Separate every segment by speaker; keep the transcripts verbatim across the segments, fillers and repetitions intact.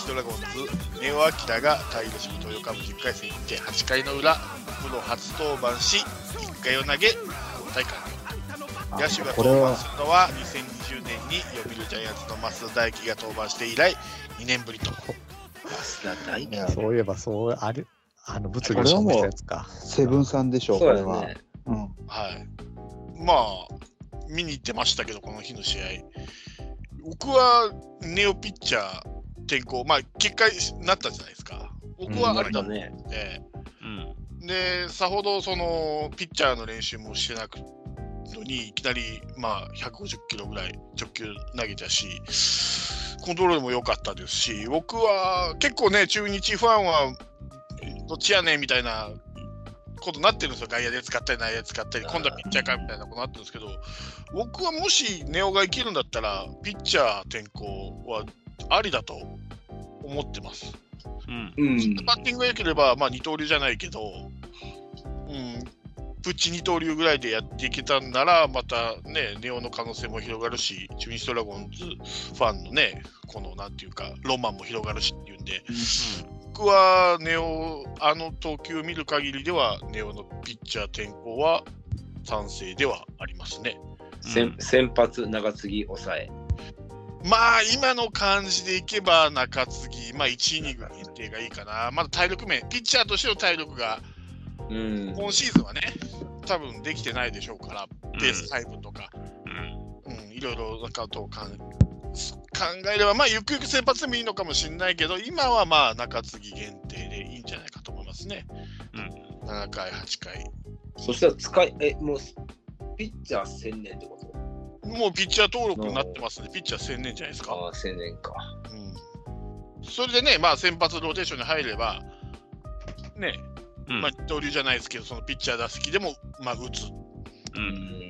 Speaker 1: ドラゴンズネオアキラが対広島東洋カープじゅっかい戦にてはちかいの裏プロ初登板しいっかいを投げ交代完了。野手が登板するのはにせんにじゅうねんに読売ジャイアンツの増田大輝が登板して以来にねんぶりと。
Speaker 2: 増田大輝、
Speaker 3: そういえばそうあれあの物理のやつか。
Speaker 4: セブンさんでしょう、これは。うん、
Speaker 1: はい。まあ見に行ってましたけど、この日の試合僕はネオピッチャー転向、まあ結果になったじゃないですか。僕はあれだったね、うん、でさほどそのピッチャーの練習もしてなくのにいきなりまあひゃくごじゅっキロぐらい直球投げたし、コントロールも良かったですし、僕は結構ね中日ファンはどっちやねんみたいなことになってるんですよ。外野で使ったり内野で使ったり、今度はピッチャーかみたいなことになってるんですけど、僕はもしネオが生きるんだったらピッチャー転向はありだと思ってます。うんうん、バッティングが良ければ、まあ、二刀流じゃないけど、うん、プッチ二刀流ぐらいでやっていけたんならまたねネオの可能性も広がるし、中日ドラゴンズファンのねこのなんていうかロマンも広がるしっていうんで、うん、僕はネオあの投球を見る限りではネオのピッチャー転向は賛成ではありますね。
Speaker 2: 先, 先発中継ぎ抑え、
Speaker 1: まあ今の感じでいけば中継ぎ、まあいちイニング限定がいいかな。まだ体力面、ピッチャーとしての体力が、うん、今シーズンはね多分できてないでしょうから、ベースタイムとか、うんうん、いろいろなんかと考えれば、まあゆくゆく先発でもいいのかもしれないけど、今はまあ中継ぎ限定でいいんじゃないかと思いますね。うん、ななかいはちかい。
Speaker 2: そしたら使いえもうピッチャー専念ってこと？
Speaker 1: もうピッチャー登録になってますね。ピッチャー専念じゃないですか。
Speaker 2: ああ、専念か。
Speaker 1: うん。それでね、まあ先発ローテーションに入れば、ね、うん、まあ二刀流じゃないですけど、そのピッチャー打席でも、まあ打つ、うん、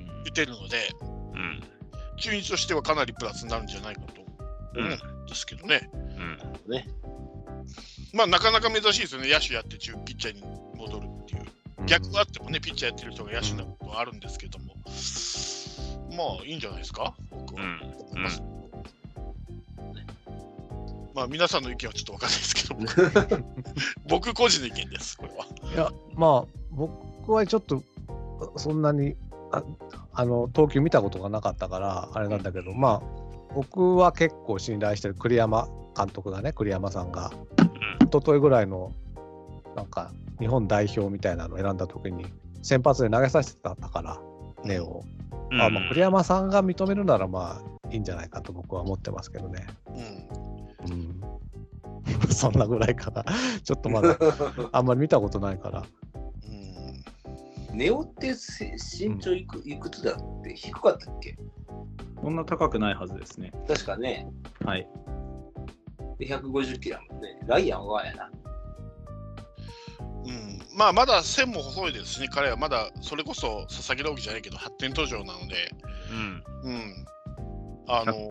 Speaker 1: 打てるので、うん、中日としてはかなりプラスになるんじゃないかと思うんですけどね。うん。ね。まあなかなか珍しいですよね。野手やって中ピッチャーに戻るっていう。逆があってもね、ピッチャーやってる人が野手なことはあるんですけども。まあいいんじゃないですか、僕は、うんうん、まあ皆さんの意見はちょっと分かんないですけど僕個人の意見です、これは。
Speaker 3: いやまあ僕はちょっとそんなに あ, あの投球見たことがなかったからあれなんだけど、まあ僕は結構信頼してる栗山監督がね、栗山さんが一昨日ぐらいのなんか日本代表みたいなのを選んだ時に先発で投げさせてたからネオを、うん、あまあ栗山さんが認めるならまあいいんじゃないかと僕は思ってますけどね。うん、うん、そんなぐらいかな。ちょっとまだあんまり見たことないから。
Speaker 2: うん、ネオって身長いく、うん、いくつだって低かったっけ？
Speaker 5: そんな高くないはずですね。
Speaker 2: 確かね。はい。でひゃくごじゅっキロだもんね。ライアンはやな。
Speaker 1: うん、まあまだ線も細いですしね、彼はまだそれこそ佐々木朗希じゃないけど発展途上なので、うんうん、あの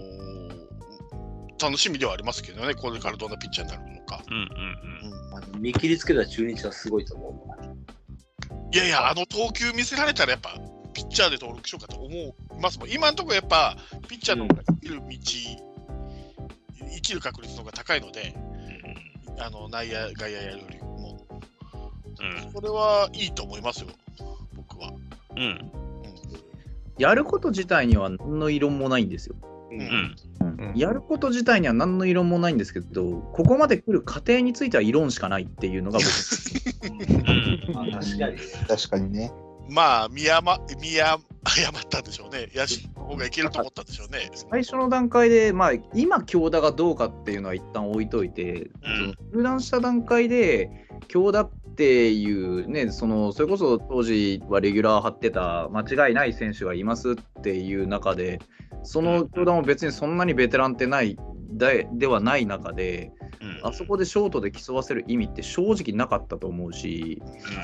Speaker 1: 楽しみではありますけどね、これからどんなピッチャーになるのか。うんうん
Speaker 2: うんうん、見切りつけた中日はすごいと思う。
Speaker 1: いやいや、あの投球見せられたらやっぱピッチャーで登録しようかと思いますもん。今のところやっぱピッチャーの方が生きる道、うん、生きる確率の方が高いので、うん、あの内野外野やるよりも。うん、それはいいと思いますよ、僕は。うんうん、
Speaker 5: やること自体には何の異論もないんですよ、うんうん、やること自体には何の異論もないんですけど、ここまで来る過程については異論しかないっていうのが僕、うん
Speaker 4: まあ、確かに確かにね。
Speaker 1: まあ見誤ったんでしょうね。野手の方がいけると思ったんでしょうね。
Speaker 5: 最初の段階で、まあ、今京田がどうかっていうのは一旦置いといて、入団した段階で京田っていうね、そのそれこそ当時はレギュラー張ってた間違いない選手がいますっていう中で、その京田も別にそんなにベテランってないで, ではない中で、うん、あそこでショートで競わせる意味って正直なかったと思うし、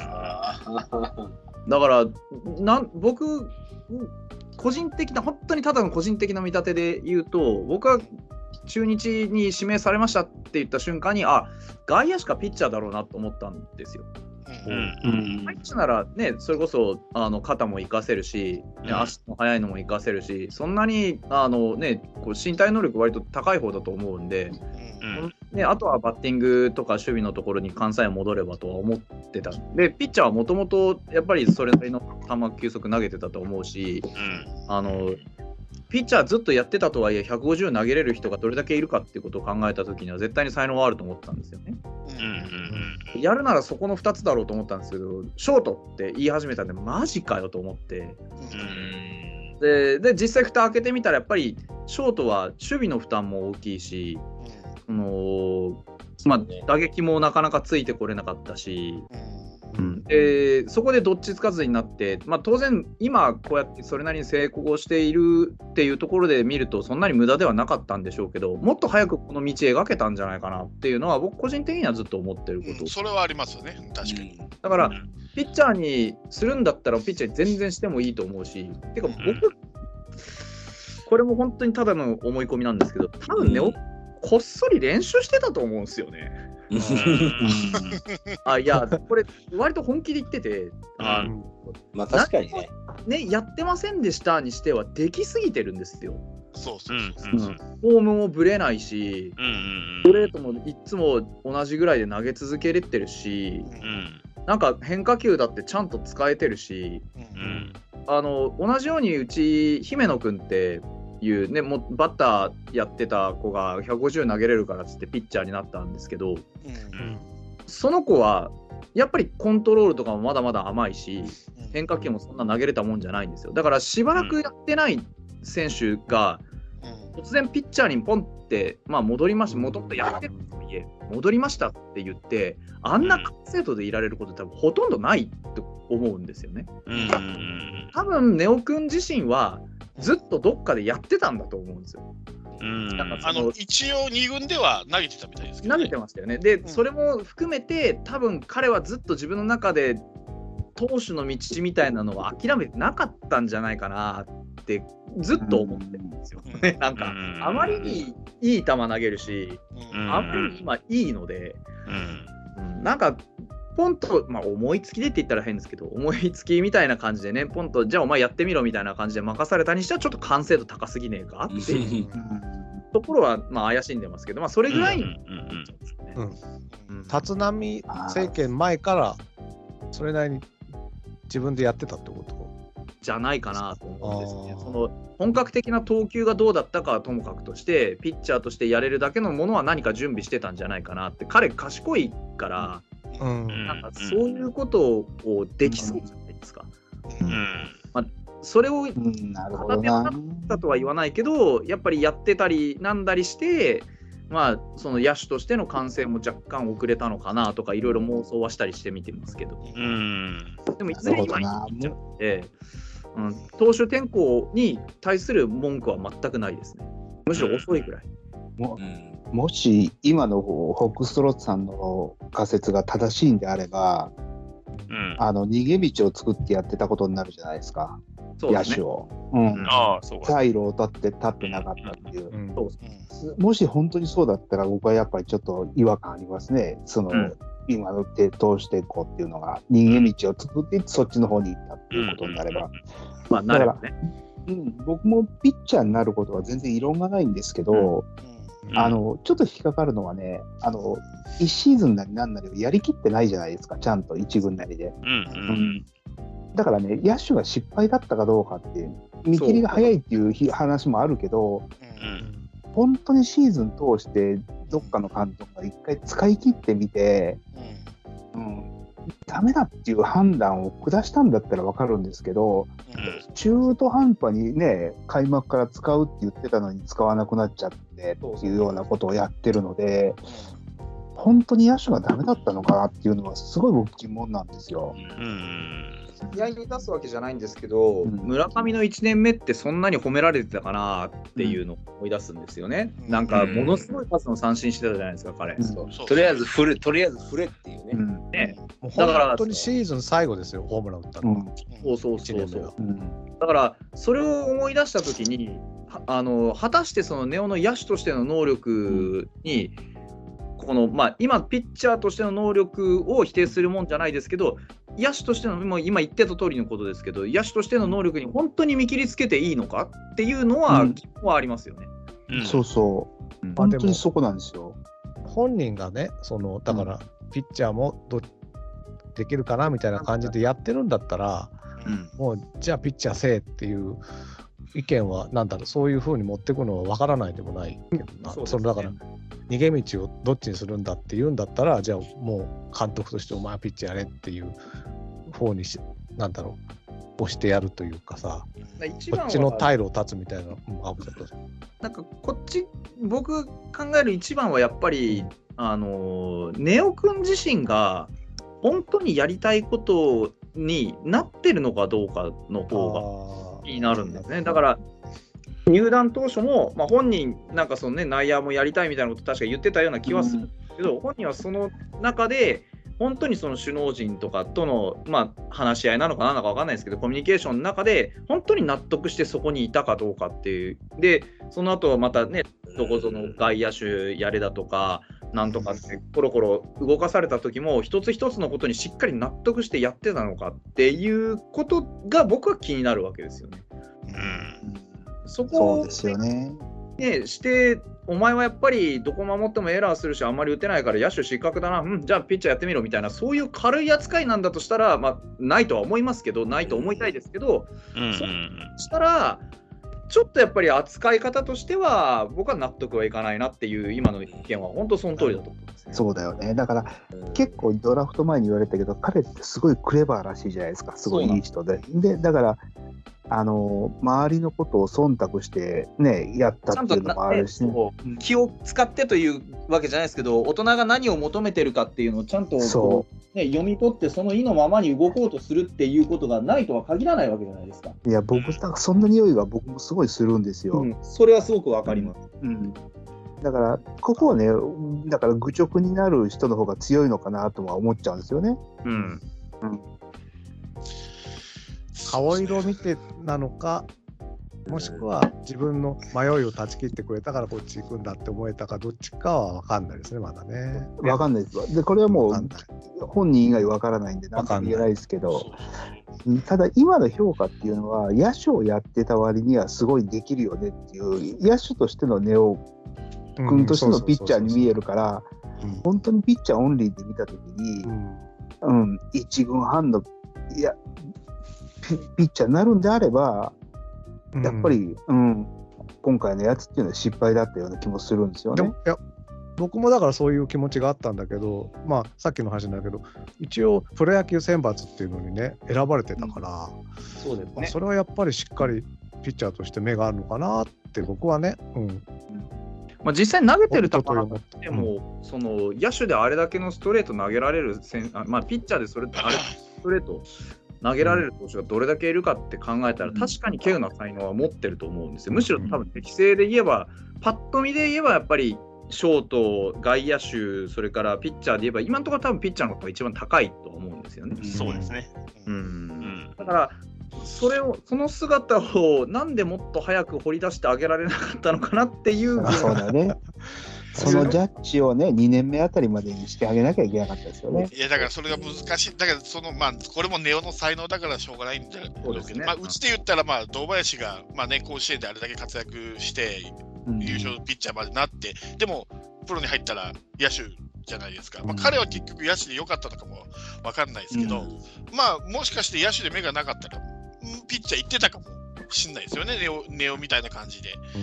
Speaker 5: だからなん僕個人的な本当にただの個人的な見立てで言うと、僕は中日に指名されましたって言った瞬間に、あ、外野しかピッチャーだろうなと思ったんですよ。うんうん、ピッチャーならね、それこそあの肩も活かせるし、うん、足も速いのも活かせるし、そんなにあの、ね、こう身体能力割と高い方だと思うんで、うん、 であとはバッティングとか守備のところに関さえ戻ればとは思ってた。でピッチャーはもともとやっぱりそれなりの球球速投げてたと思うし、
Speaker 1: うん、
Speaker 5: あのピッチャーずっとやってたとはいえひゃくごじゅう投げれる人がどれだけいるかっていうことを考えたときには絶対に才能はあると思ったんですよね。
Speaker 1: うん、
Speaker 5: やるならそこのふたつだろうと思ったんですけど、ショートって言い始めたんでマジかよと思って、
Speaker 1: うん、
Speaker 5: で, で実際蓋開けてみたらやっぱりショートは守備の負担も大きいし、そのまあ、打撃もなかなかついてこれなかったし、うん、でそこでどっちつかずになって、まあ、当然今こうやってそれなりに成功しているっていうところで見るとそんなに無駄ではなかったんでしょうけど、もっと早くこの道描けたんじゃないかなっていうのは僕個人的にはずっと思ってること、
Speaker 1: うん、それはありますよね、確かに。
Speaker 5: だからピッチャーにするんだったらピッチャーに全然してもいいと思うし、てか僕、うん、これも本当にただの思い込みなんですけど、多分ね、うん、こっそり練習してたと思うんですよね。あ、いやこれ割と本気で言ってて、あの、うん、
Speaker 2: まあ確かにね
Speaker 5: ね、やってませんでしたにしてはできすぎてるんですよ。
Speaker 1: そうそうそうそう、うん、
Speaker 5: フォームもぶれないし、うんうん、ストレートもいつも同じぐらいで投げ続けれてるし、うん、なんか変化球だってちゃんと使えてるし、うん、あの同じようにうち姫野くんっていうね、もうバッターやってた子がひゃくごじゅう投げれるからっつってピッチャーになったんですけど、うん、その子はやっぱりコントロールとかもまだまだ甘いし、変化球もそんな投げれたもんじゃないんですよ。だからしばらくやってない選手が突然ピッチャーにポンって、まあ、戻りました戻ってやってるとはいえ戻りましたって言ってあんな完成度でいられること多分ほとんどないと思うんですよね。多分ネオくん自身はずっとどっかでやってたんだと思うんですよ。
Speaker 1: うん、あの一応に軍では投げてたみたいですけど、ね、
Speaker 5: 投げてましたよね。で、
Speaker 1: うん、
Speaker 5: それも含めて多分彼はずっと自分の中で投手の道みたいなのは諦めてなかったんじゃないかなってずっと思ってるんですよ、うん、なんかあまりにいい球投げるし、うん、あまりに今いいので、うんうん、なんかポンと、まあ、思いつきでって言ったら変ですけど思いつきみたいな感じでねポンとじゃあお前やってみろみたいな感じで任されたにしてはちょっと完成度高すぎねえかっていうところはまあ怪しんでますけど、まあ、それぐらい
Speaker 3: 立浪政権前からそれなりに自分でやってたってこと
Speaker 5: じゃないかなと思うんですね。その本格的な投球がどうだったかはともかくとしてピッチャーとしてやれるだけのものは何か準備してたんじゃないかなって。彼賢いから、うん、なんかそういうことをできそうじゃないですか、うんうんまあ、それを片手はったとは言わないけどやっぱりやってたりなんだりしてまあその野手としての完成も若干遅れたのかなとかいろいろ妄想はしたりしてみてますけど、うん、でもいずれ今言っちゃって、うん、投手転向に対する文句は全くないですね。むしろ遅いぐらい、
Speaker 4: も, もし今のホックストロットさんの仮説が正しいんであれば、うん、あの逃げ道を作ってやってたことになるじゃないですか。そうですね、野手を、うんうん、あそうサイロを立って立ってなかったっていう、うんうん、もし本当にそうだったら僕はやっぱりちょっと違和感ありますね。その、うん、今の手通していこうっていうのが逃げ道を作ってそっちの方に行ったっていうことになれば、うんまあなればね、うん、僕もピッチャーになることは全然異論がないんですけど、うん、あのちょっと引っかかるのはね、あのいちシーズンなりなんなりをやりきってないじゃないですか、ちゃんといち軍なりで、うんうんだからね、野手が失敗だったかどうかっていう見切りが早いっていう話もあるけど、うん、本当にシーズン通してどっかの監督が一回使い切ってみて、うんうん、ダメだっていう判断を下したんだったら分かるんですけど、うん、中途半端にね開幕から使うって言ってたのに使わなくなっちゃってっていうようなことをやってるので、本当に野手がダメだったのかなっていうのはすごい僕疑問なんですよ。うん
Speaker 5: 試合に出すわけじゃないんですけど、うん、村上のいちねんめってそんなに褒められてたかなっていうのを思い出すんですよね、うん、なんかものすごい数の三振してたじゃないですか彼、うん、そう
Speaker 2: とりあえず振れとりあえず振れっていうね、うん、ね
Speaker 3: だから本当にシーズン最後ですよホームラン打ったの、うん、
Speaker 5: そうそうそうそう、うん、だからそれを思い出した時にあの果たしてそのネオの野手としての能力に、このまあ、今ピッチャーとしての能力を否定するもんじゃないですけど野手としてのもう今言ってた通りのことですけど野手としての能力に本当に見切りつけていいのかっていうのは疑問はありますよね、
Speaker 4: うん、そうそう、うん、本当にそこなんですよ。
Speaker 3: 本人がね、そのだからピッチャーもどできるかなみたいな感じでやってるんだったら、うん、もうじゃあピッチャーせえっていう意見はなんだろう、そういう風に持っていくのは分からないでもないけどな、うん、そのだから逃げ道をどっちにするんだっていうんだったら、じゃあもう監督としてお前はピッチャーやれっていう方にし、なんだろう、押してやるというかさ、こっちの退路を断つみたいな、うん、あ、
Speaker 5: なんかこっち僕考える一番はやっぱりあのネオ君自身が本当にやりたいことになってるのかどうかの方が気になるんですね。だから入団当初も、まあ、本人なんかそのね内野もやりたいみたいなこと確か言ってたような気はするんですけど、うん、本人はその中で本当にその首脳陣とかとの、まあ、話し合いなのか何なのか分かんないですけど、コミュニケーションの中で本当に納得してそこにいたかどうかっていう。でその後またねどこぞの外野手やれだとかなんとかってコロコロ動かされた時も一つ一つのことにしっかり納得してやってたのかっていうことが僕は気になるわけですよね。うん、そこを
Speaker 4: そうですよね。
Speaker 5: ね、してお前はやっぱりどこ守ってもエラーするしあんまり打てないから野手失格だな、うん、じゃあピッチャーやってみろみたいな、そういう軽い扱いなんだとしたら、まあ、ないとは思いますけど、ないと思いたいですけど、うん、そうしたらちょっとやっぱり扱い方としては僕は納得はいかないなっていう今の意見は本当その通りだと思いますね。
Speaker 4: そうだよね。だから結構ドラフト前に言われたけど、彼ってすごいクレバーらしいじゃないですか。すごいいい人で。でだからあの周りのことを忖度してねやったっていうのもあるし、ね、
Speaker 5: 気を使ってというわけじゃないですけど、大人が何を求めてるかっていうのをちゃんとこう、ね、読み取ってその意のままに動こうとするっていうことがないとは限らないわけじゃないですか。
Speaker 4: いや僕なんかそんな匂いが僕もすごいするんですよ、
Speaker 5: うん、それはすごくわかります、
Speaker 4: うんうん、だからここはね、だから愚直になる人の方が強いのかなとは思っちゃうんですよね。うん、うん
Speaker 3: 顔色を見てなのか、もしくは自分の迷いを断ち切ってくれたからこっち行くんだって思えたか、どっちかは分かんないですね、まだね。
Speaker 4: 分かんないです。でこれはもう本人以外分からないんで何とも言えないですけど、ただ今の評価っていうのは野手をやってた割にはすごいできるよねっていう野手としてのネオ君としてのピッチャーに見えるから、本当にピッチャーオンリーで見た時に、うん、うん、一軍半のいやピッチャーになるんであれば、やっぱり、うんうん、今回のやつっていうのは失敗だったような気もするんですよね。でもいや
Speaker 3: 僕もだからそういう気持ちがあったんだけど、まあさっきの話なんだけど、一応プロ野球選抜っていうのにね選ばれてたから、うん、そうですね、まあ、それはやっぱりしっかりピッチャーとして目があるのかなって僕はね、うん、
Speaker 5: まあ、実際投げてる球でも、うん、その野手であれだけのストレート投げられる選、まあ、ピッチャーでそれあれストレート投げられる投手がどれだけいるかって考えたら、確かに稀有な才能は持ってると思うんですよ。むしろ多分適正で言えば、パッと見で言えばやっぱりショート、外野手、それからピッチャーで言えば今のところ多分ピッチャーの方が一番高いと思うんですよね。
Speaker 1: うん、そうですね、うんうん、
Speaker 5: だからそれをその姿をなんでもっと早く掘り出してあげられなかったのかなっていう。
Speaker 4: そうだねそのジャッジをねにねんめあたりまでにしてあげなきゃいけなかったですよね。
Speaker 1: いやだからそれが難しい。だからそのまあこれもネオの才能だからしょうがないんだけど、ね、まあうちで言ったらまあ堂林がまあね甲子園であれだけ活躍して優勝ピッチャーまでなって、うん、でもプロに入ったら野手じゃないですか。まあ、彼は結局野手で良かったのかもわかんないですけど、うん、まあもしかして野手で目がなかったらピッチャー行ってたかもしんないですよね、ネオ、ネオみたいな感じで、うん、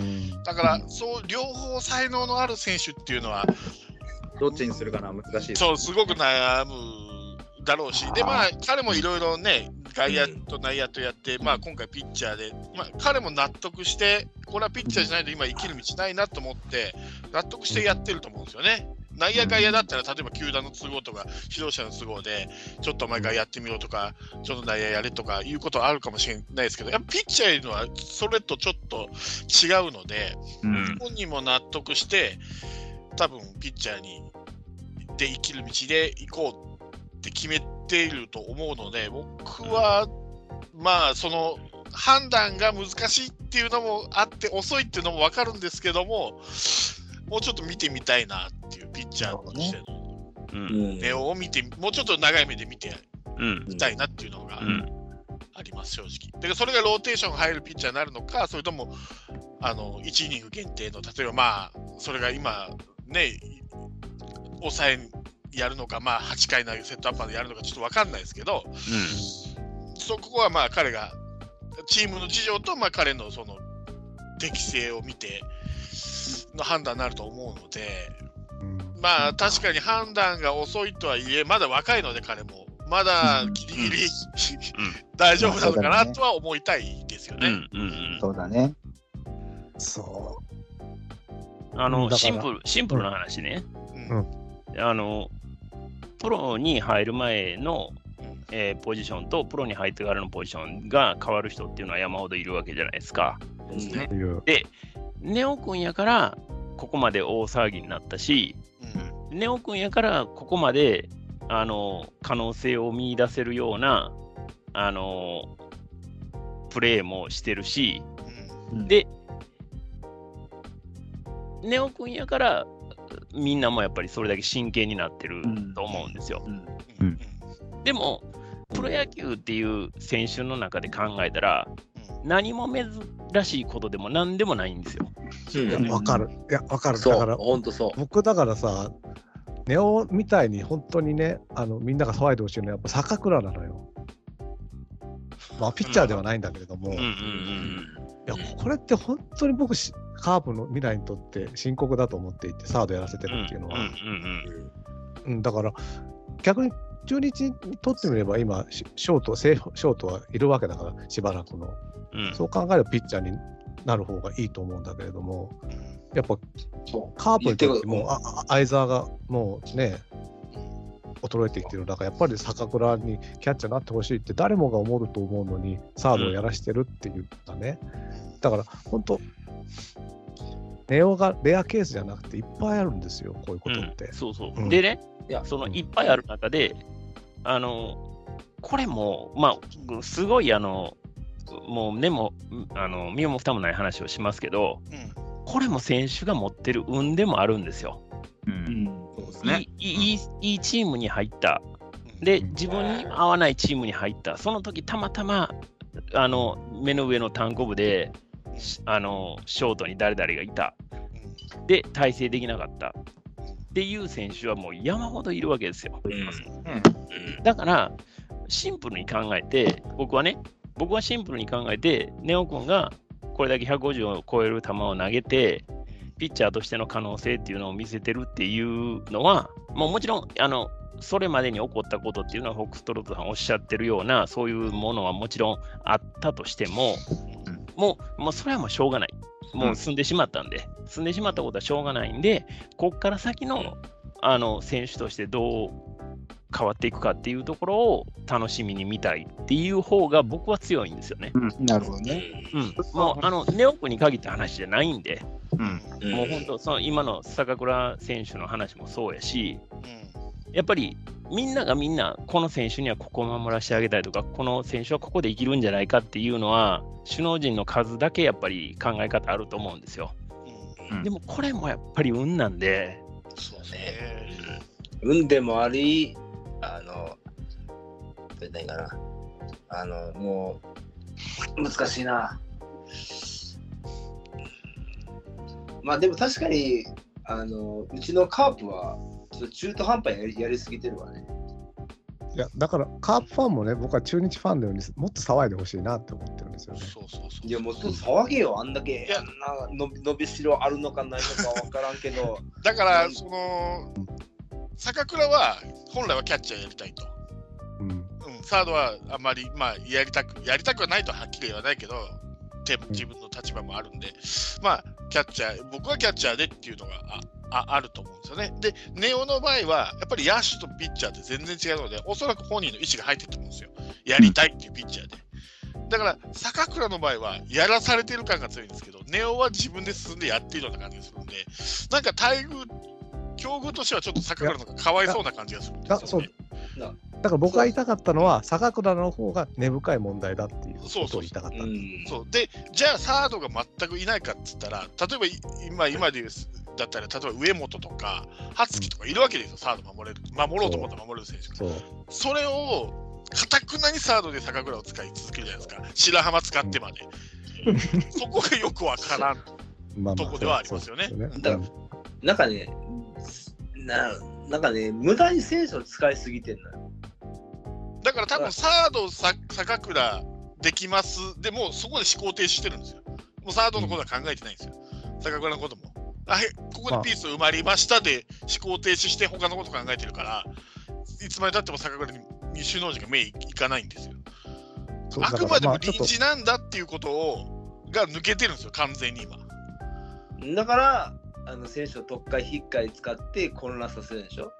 Speaker 1: だからそう両方才能のある選手っていうのは
Speaker 5: どっちにするかな難しいです、ね、
Speaker 1: そうすごく悩むだろうし、でまあ彼もいろいろね外野と内野とやって、まあ今回ピッチャーで、まあ、彼も納得してこれはピッチャーじゃないと今生きる道ないなと思って納得してやってると思うんですよね。内野外野だったら例えば球団の都合とか指導者の都合でちょっとお前がやってみろとかちょっと内野やれとかいうことはあるかもしれないですけど、やっぱピッチャーいうのはそれとちょっと違うので、うん、本人も納得して多分ピッチャーにで生きる道で行こうって決めていると思うので、僕はまあその判断が難しいっていうのもあって遅いっていうのも分かるんですけども、もうちょっと見てみたいなっていうピッチャーとしての、うん、ネオを見てもうちょっと長い目で見てみたいなっていうのがあります、正直。だからそれがローテーション入るピッチャーになるのか、それともあのいちイニング限定の例えばまあそれが今ね抑えやるのか、まあ、はちかい投げセットアッパーでやるのかちょっと分かんないですけど、うん、そこはまあ彼がチームの事情とまあ彼のその適性を見ての判断になると思うので、うん、まあ確かに判断が遅いとはいえまだ若いので彼もまだギリギリ、うん、大丈夫なのかなとは思いたいですよね。
Speaker 4: そうだね。
Speaker 3: そう
Speaker 6: あのシンプルシンプルな話ね、うん、あのプロに入る前の、えー、ポジションとプロに入ってからのポジションが変わる人っていうのは山ほどいるわけじゃないですか。うん、でネオ君やからここまで大騒ぎになったし、うん、ネオ君やからここまであの可能性を見出せるようなあのプレーもしてるし、うん、でネオ君やからみんなもやっぱりそれだけ真剣になってると思うんですよ。うんうん、でもプロ野球っていう選手の中で考えたら何も珍しいことでも何でもないんですよ。
Speaker 3: わ、うん、かる。いやわかる。
Speaker 2: だ
Speaker 3: から
Speaker 2: 本当そう。
Speaker 3: 僕だからさネオみたいに本当にねあのみんなが騒いでほしいのはやっぱ坂倉なのよ。まあピッチャーではないんだけれども、うんうんうん、いやこれって本当に僕カープの未来にとって深刻だと思っていてサードやらせてるっていうのは、うんうんうん、だから逆に中日にとってみれば今ショートセーフショートはいるわけだからしばらくの、うん、そう考えるとピッチャーになる方がいいと思うんだけれどもやっぱカープにとっても相澤がもうね衰えてきてるだからやっぱり坂倉にキャッチャーになってほしいって誰もが思うと思うのにサードをやらしてるっていうかね、うん、だから本当ネオがレアケースじゃなくていっぱいあるんですよこういうことって、
Speaker 6: うん、そうそう、うん、でねいやそのいっぱいある中であのこれもまあすごいあのもう根もあの身も蓋もない話をしますけど、うん、これも選手が持ってる運でもあるんですよ。うんそうですね、いい、いい、いいチームに入ったで自分に合わないチームに入ったその時たまたまあの目の上の単行部であのショートに誰々がいたで体制できなかったっていう選手はもう山ほどいるわけですよ、うんうん、だからシンプルに考えて僕はね僕はシンプルに考えてネオ君がこれだけひゃくごじゅうを超える球を投げてピッチャーとしての可能性っていうのを見せてるっていうのはもうもちろんあのそれまでに起こったことっていうのはフォックストロットさんおっしゃってるようなそういうものはもちろんあったとしても、うん、もう、もうそれはもうしょうがないもう済んでしまったんで、うん、済んでしまったことはしょうがないんでこっから先の、あの選手としてどう変わっていくかっていうところを楽しみに見たいっていう方が僕は強いんですよね。
Speaker 4: うん、なるほどね。
Speaker 6: うん、もうあのネオ君に限った話じゃないんで、うん、もう本当その今の坂倉選手の話もそうやし、うん、やっぱりみんながみんなこの選手にはここを守らせてあげたいとかこの選手はここで生きるんじゃないかっていうのは首脳陣の数だけやっぱり考え方あると思うんですよ。うん、でもこれもやっぱり運なんで。
Speaker 2: そうね。運でもありあの、どう言ったらいいかな、あの、もう、難しいな。まあでも確かに、あの、うちのカープは、ちょっと中途半端にやり、やりすぎてるわね。
Speaker 3: いや、だからカープファンもね、僕は中日ファンのようにもっと騒いでほしいなって思ってるんですよね。
Speaker 2: そうそうそう。いや、もっと騒げよ、あんだけ、あんな伸びしろあるのかないのか分からんけど。
Speaker 1: だから、その、坂倉は本来はキャッチャーやりたいと、うんうん、サードはあんまり、まあ、やりたくやりたくはないとはっきり言わないけど自分の立場もあるんで、まあキャッチャー僕はキャッチャーでっていうのが あ, あ, あると思うんですよね。でネオの場合はやっぱり野手とピッチャーって全然違うのでおそらく本人の意思が入ってると思うんですよ。やりたいっていうピッチャーで、だから坂倉の場合はやらされてる感が強いんですけどネオは自分で進んでやっているような感じがするんでなんか待遇境遇としてはちょっと坂倉の方がかわいそうな感じがするんですよね。
Speaker 3: だから僕が言いたかったのは坂倉の方が根深い問題だっていうことを言いたかった。そうそうそう、
Speaker 1: そうでじゃあサードが全くいないかっつったら例えば今今で言うだったら例えば上本とか羽月とかいるわけですよ、うん、サード守れる守ろうと思ったら守れる選手が そ, それをかたくなにサードで坂倉を使い続けるじゃないですか。白浜使ってまで、うん、そこがよくわからんとこではありますよね。
Speaker 2: なんかねななんかね、無駄に選手を使いすぎてんのよ。
Speaker 1: だから多分サードさ坂倉できますでもうそこで思考停止してるんですよ。もうサードのことは考えてないんですよ、うん、坂倉のこともあここでピース埋まりましたで思考停止して他のこと考えてるからいつまでたっても坂倉に首脳陣が目いかないんですよ。あくまでも臨時なんだっていうことをが抜けてるんですよ完全に今。
Speaker 2: だからあの選手を特会引っかい使って混乱させるでしょ。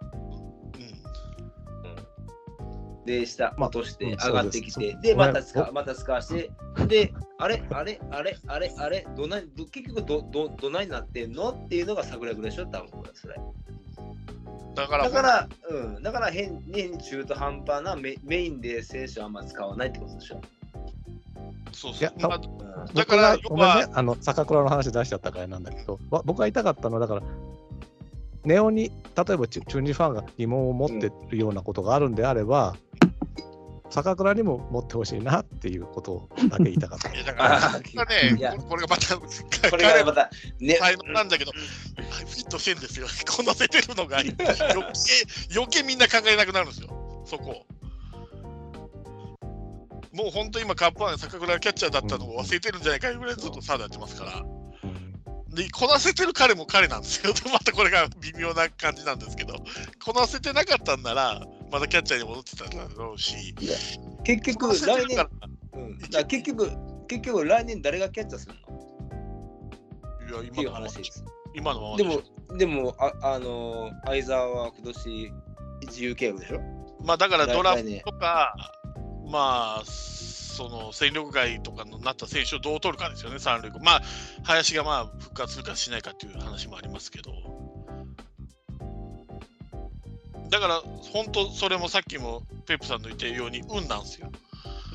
Speaker 2: で下落として上がってきて、うん、でまた使うまた使わしてであれあれあれあれあれどないど結局どどどないなってんのっていうのが桜倉でしょ多分これそれだからだからうんだから変に中途半端な メ, メインで選手はあんま使わないってことでしょ。
Speaker 1: そうそう、まあ、
Speaker 3: だからごめんねあの坂倉の話出しちゃったからなんだけど僕が言いたかったのはだからネオに例えば中日ファンが疑問を持っているようなことがあるんであれば、うん、坂倉にも持ってほしいなっていうことだけ言いたかった。
Speaker 1: いやだからね、これがまたこれがまた才能なんだけど、フィットしてんですよ。こなせてるのが余計余計みんな考えなくなるんですよ。そこ。もう本当今カップワン坂倉キャッチャーだったのを忘れてるんじゃないかぐらいずっとサードやってますから。でこなせてる彼も彼なんですよ。またこれが微妙な感じなんですけど、こなせてなかったんならまだキャッチャーに戻ってたんだろうし、
Speaker 2: 結局来年、うん、だ結局結局来年誰がキャッチャーするの？いや今の話です。今のままでもでもああの相澤は今年自由契約でしょ？
Speaker 1: まあだからドラフトとかまあ。その戦力外とかになった選手をどう取るかですよね、三塁まあ林がまあ復活するかしないかっていう話もありますけど、だから本当それもさっきもペップさんの言ったように運なんですよ、うん、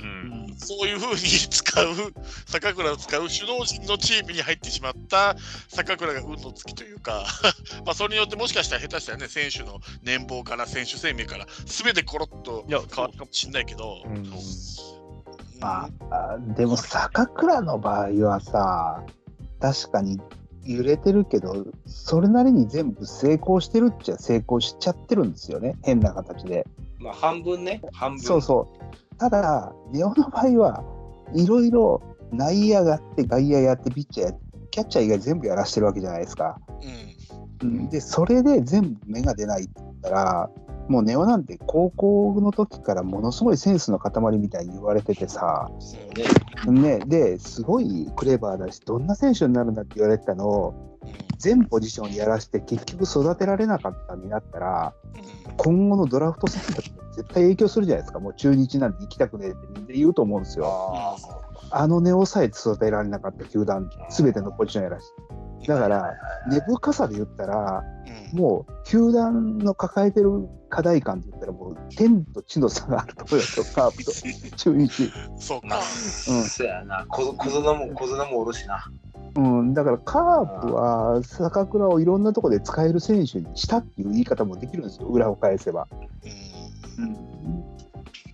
Speaker 1: そういうふうに使う坂倉を使う首脳陣のチームに入ってしまった坂倉が運の尽きというかまあそれによってもしかしたら下手したらね選手の年俸から選手生命から全てコロッと変わるかもしれないけど、うん、
Speaker 4: まあ、でも坂倉の場合はさ確かに揺れてるけどそれなりに全部成功してるっちゃ成功しちゃってるんですよね変な形で。
Speaker 2: まあ半分ね半分。
Speaker 4: そうそうただネオの場合はいろいろ内野やって外野やってピッチャーやってキャッチャー以外全部やらしてるわけじゃないですか、うん、でそれで全部芽が出ないって言ったらもうネオなんて高校の時からものすごいセンスの塊みたいに言われててさ、ね、ですごいクレバーだしどんな選手になるんだって言われてたのを全ポジションやらして結局育てられなかったになったら今後のドラフト戦略に絶対影響するじゃないですか。もう中日なんて行きたくねえってみんな言うと思うんですよ。あ, あのネオさえ育てられなかった球団全てのポジションやらしてだから根深さで言ったらもう球団の抱えてる課題感って言ったらもう天と地の差があるところよとカープと中日。
Speaker 2: そうか。うん。そうやな。小園も小園もおるしな。
Speaker 4: うん。だからカープは坂倉をいろんなところで使える選手にしたっていう言い方もできるんですよ。裏を返せば。うん。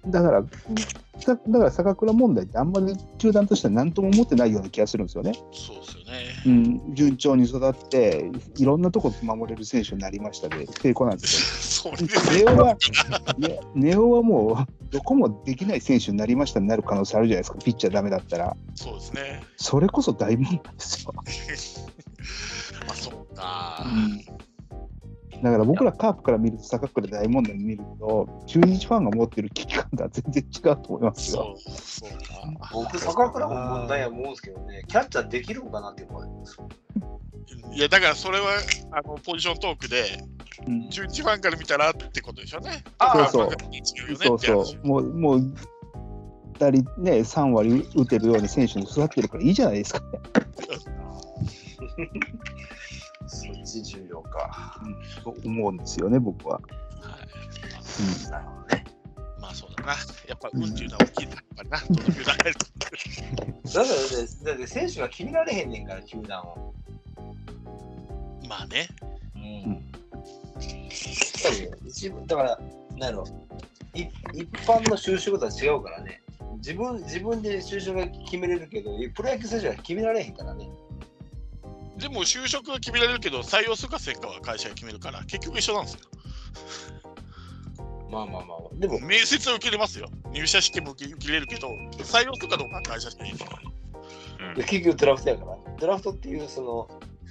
Speaker 4: だからだから坂倉問題ってあんまり球団としては何とも思ってないような気がするんですよね。
Speaker 1: そうですよね。
Speaker 4: うん、順調に育っていろんなとこ守れる選手になりましたで成功なんですよ。ネオはね、ネオはもうどこもできない選手になりましたになる可能性あるじゃないですかピッチャーダメだったら。
Speaker 1: そうですね。
Speaker 4: それこそ大問題ですよ。
Speaker 1: あ、そうか。
Speaker 4: うんだから僕らカープから見ると坂倉大問題に見ると中日ファンが持ってる危機感が全然違うと思いますよ。
Speaker 2: そうそうか。僕坂倉も問題は思うんですけどねキャッチャーできるのかなって思うんです。
Speaker 1: いやだからそれはあのポジショントークで、うん、中日ファンから見たらってことでしょうね。
Speaker 4: あそうそうそうそうもうもうふたりねさんわり打てるように選手に育ってるからいいじゃないですかね。
Speaker 2: そっち重要か、
Speaker 4: うん、と思うんですよね僕は。はい。
Speaker 1: うん、なるほどね。まあそうだな。やっぱ運っていうのは大きいんだやっぱりな。どの球団入るか。
Speaker 2: だからだって選手が決められへんねんから球団を。
Speaker 1: まあね。うん。
Speaker 2: 一部だからなんやろ一般の就職とは違うからね。自分自分で就職が決めれるけどプロ野球選手は決められへんからね。
Speaker 1: でも就職は決められるけど、採用するかせんかは会社が決めるから、結局一緒なんですよ。
Speaker 2: まあまあまあ、でも
Speaker 1: 面接は受けれますよ。入社試験も受け受けれるけど、採用するかどうかは会社しかいいですから。
Speaker 2: うん、結局ドラフトやから。ドラフトっていうその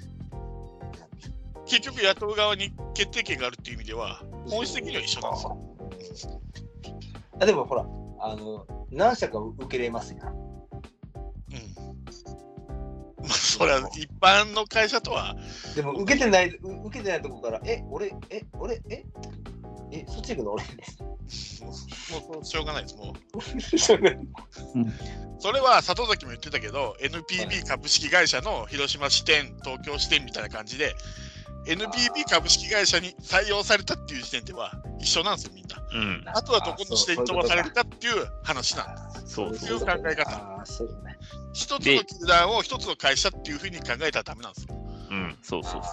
Speaker 1: 結局雇う側に決定権があるっていう意味では、本質的には一緒なんですよ。
Speaker 2: あでもほら、あの何社か受けれますよ。
Speaker 1: うん。まあそれは一般の会社とは。
Speaker 2: でも受けてない受けてないとこから、え、俺、え、俺、え、え、そっち行くの俺。
Speaker 1: もうしょうがないです、もう。
Speaker 2: しょうがない。
Speaker 1: それは里崎も言ってたけど、エヌピービー 株式会社の広島支店、東京支店みたいな感じで、エヌピービー 株式会社に採用されたっていう時点では一緒なんですよ、みんな。
Speaker 6: うん、
Speaker 1: あとはどこの支店に飛ばされるかっていう話なんです。
Speaker 6: そう
Speaker 1: そういう考え方。
Speaker 2: あそうだね、
Speaker 1: 一つの球団を一つの会社っていうふうに考えたらダメなんですよ。
Speaker 6: うん、そうそうそう。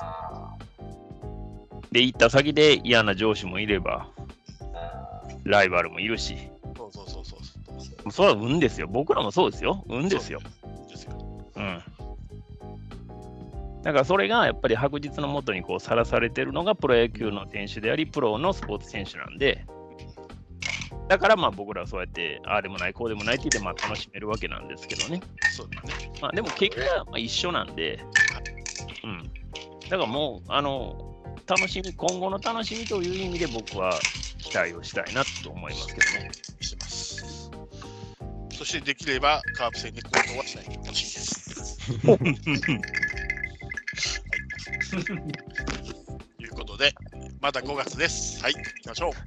Speaker 6: で、行った先で嫌な上司もいれば、ライバルもいるし。
Speaker 1: そうそうそうそう。
Speaker 6: それは運ですよ。僕らもそうですよ。運ですよ。
Speaker 1: ですよ。
Speaker 6: うん。だからそれがやっぱり白日のもとにこうさらされてるのがプロ野球の選手であり、プロのスポーツ選手なんで、だからまあ僕らはそうやって、ああでもない、こうでもないって言ってまあ楽しめるわけなんですけどね。
Speaker 1: そうだね。
Speaker 6: まあでも結果はまあ一緒なんで、うん。だからもう、あの、楽しみ、今後の楽しみという意味で僕は期待をしたいなと思いますけどね。
Speaker 1: してます。そしてできればカープ戦で行動はしないでほしいです。ということで、まだごがつです。はい、行きましょう。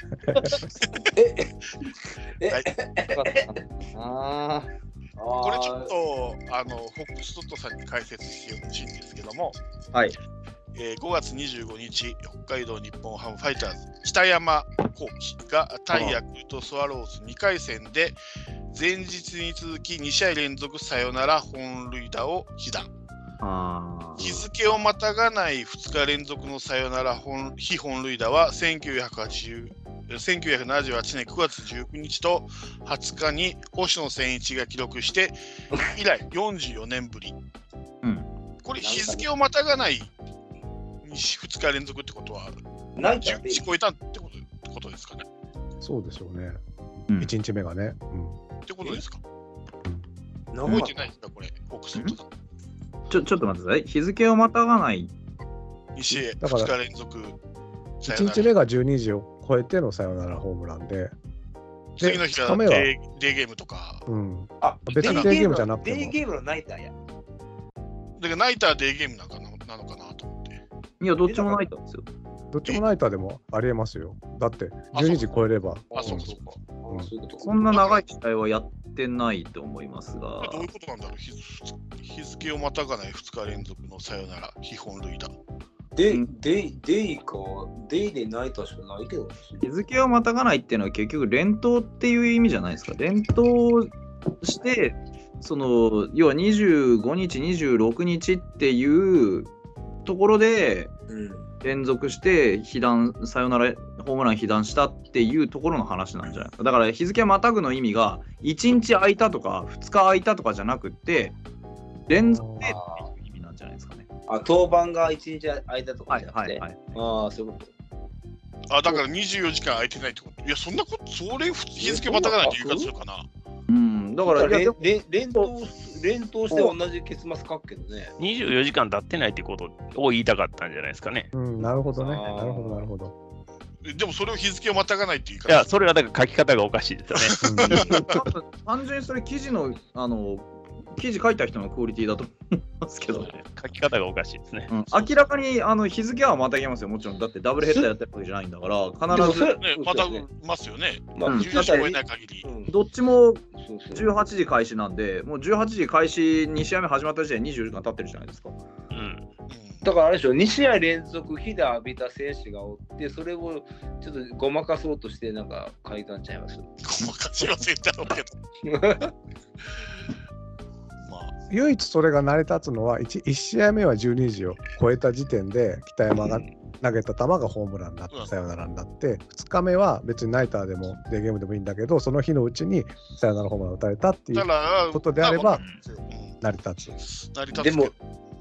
Speaker 2: え
Speaker 1: はい、
Speaker 5: あ
Speaker 1: これちょっとあのホックストットさんに解説してほしいんですけども、
Speaker 5: はい、
Speaker 1: えー、ごがつにじゅうごにち、北海道日本ハムファイターズ北山幸輝が対ヤクルトスワローズにかい戦で前日に続きにしあい連続サヨナラ本塁打を被弾。
Speaker 5: あ
Speaker 1: 日付をまたがないふつか連続のサヨナラ本非本塁打はせんきゅうひゃくななじゅうはちねんくがつじゅうくにちとはつかに星野千一が記録して以来よんじゅうよねんぶり、
Speaker 5: うん、
Speaker 1: これ日付をまたがないふつか連続ってことはじゅうにち超えたってこと、ってことですかね。
Speaker 3: そうでしょうね、
Speaker 5: うん、
Speaker 3: いちにちめがね、うん、
Speaker 1: ってことですか。
Speaker 2: 覚
Speaker 1: 覚えてないですかこれ、ホークストットさん。
Speaker 5: ちょ、ちょっと待ってください。日付をまたがない。
Speaker 1: に試合、ふつか連続。
Speaker 3: いちにちめがじゅうにじを超えてのサヨナラホームランで、
Speaker 1: 次の日はデー、デーゲームとか。
Speaker 3: うん、
Speaker 2: あ、
Speaker 3: 別にデーゲームじゃなくても。
Speaker 2: デーゲームのナイターや。
Speaker 1: だからナイター、デーゲームなんかな、なのかなと思って。
Speaker 5: いや、どっちもナイターですよ。
Speaker 3: どっちもナイターでもありえますよ。だってじゅうにじ超えれば。
Speaker 1: あ、そうそうか。
Speaker 3: うん、
Speaker 5: そんな長い試合はやってないと思いますが。
Speaker 1: どういうことなんだろう。日, 日付をまたがないふつか連続のサヨナラ、非本塁打。
Speaker 2: デイ、デイ、デイか、デイでナイターしかないけど。
Speaker 5: 日付をまたがないっていうのは結局連投っていう意味じゃないですか。連投して、その要はにじゅうごにち、にじゅうろくにちっていうところで、うん連続して被弾サヨナラホームラン被弾したっていうところの話なんじゃないですか。だから日付またぐの意味がいちにち空いたとかふつか空いたとかじゃなくって連続でっていう意味なんじゃないですかね。
Speaker 2: あ、登板がいちにち空いたとかじゃなくて、
Speaker 5: はいはいはい、
Speaker 2: ああ、そういうこ
Speaker 1: と。あ、だからにじゅうよじかん空いてないってこと。いや、そんなこと、それ日付またがないって言い方するかな。
Speaker 5: うん、だから
Speaker 2: 連投連投して同じ結末書くけどね。
Speaker 6: にじゅうよじかん経ってないってことを言いたかったんじゃないですかね。
Speaker 3: うん、なるほどね。なるほど、なるほど。
Speaker 1: でもそれを日付をまたがないって言い方。
Speaker 6: いや、それはだから書き方がおかしいですよね。
Speaker 5: 単純にそれ記事の、あの、記事書いた人のクオリティだと思いますけど、ね、
Speaker 6: 書き方がおかしいですね。
Speaker 5: うん、明らかにあの日付はまたげますよ、もちろん。だってダブルヘッダーやってるわけじゃないんだから、必ず、
Speaker 1: ね、またぎますよね。まあ、じゅうよじ超えない限り。
Speaker 5: どっちもじゅうはちじ開始なんで、もうじゅうはちじ開始に試合目始まった時点でにじゅうよじかん経ってるじゃないですか。
Speaker 6: うん。
Speaker 2: だからあれでしょ、に試合連続被打浴びた選手がおって、それをちょっとごまかそうとして、なんか書いたんちゃいます。ご
Speaker 1: まかしはせんだろうけど。
Speaker 3: 唯一それが成り立つのは 1, いち試合目はじゅうにじを超えた時点で北山が投げた球がホームランになって、うん、サヨナラになってふつかめは別にナイターでもデーゲームでもいいんだけどその日のうちにサヨナラホームランを打たれたっていうことであれば成り立つ。
Speaker 2: でも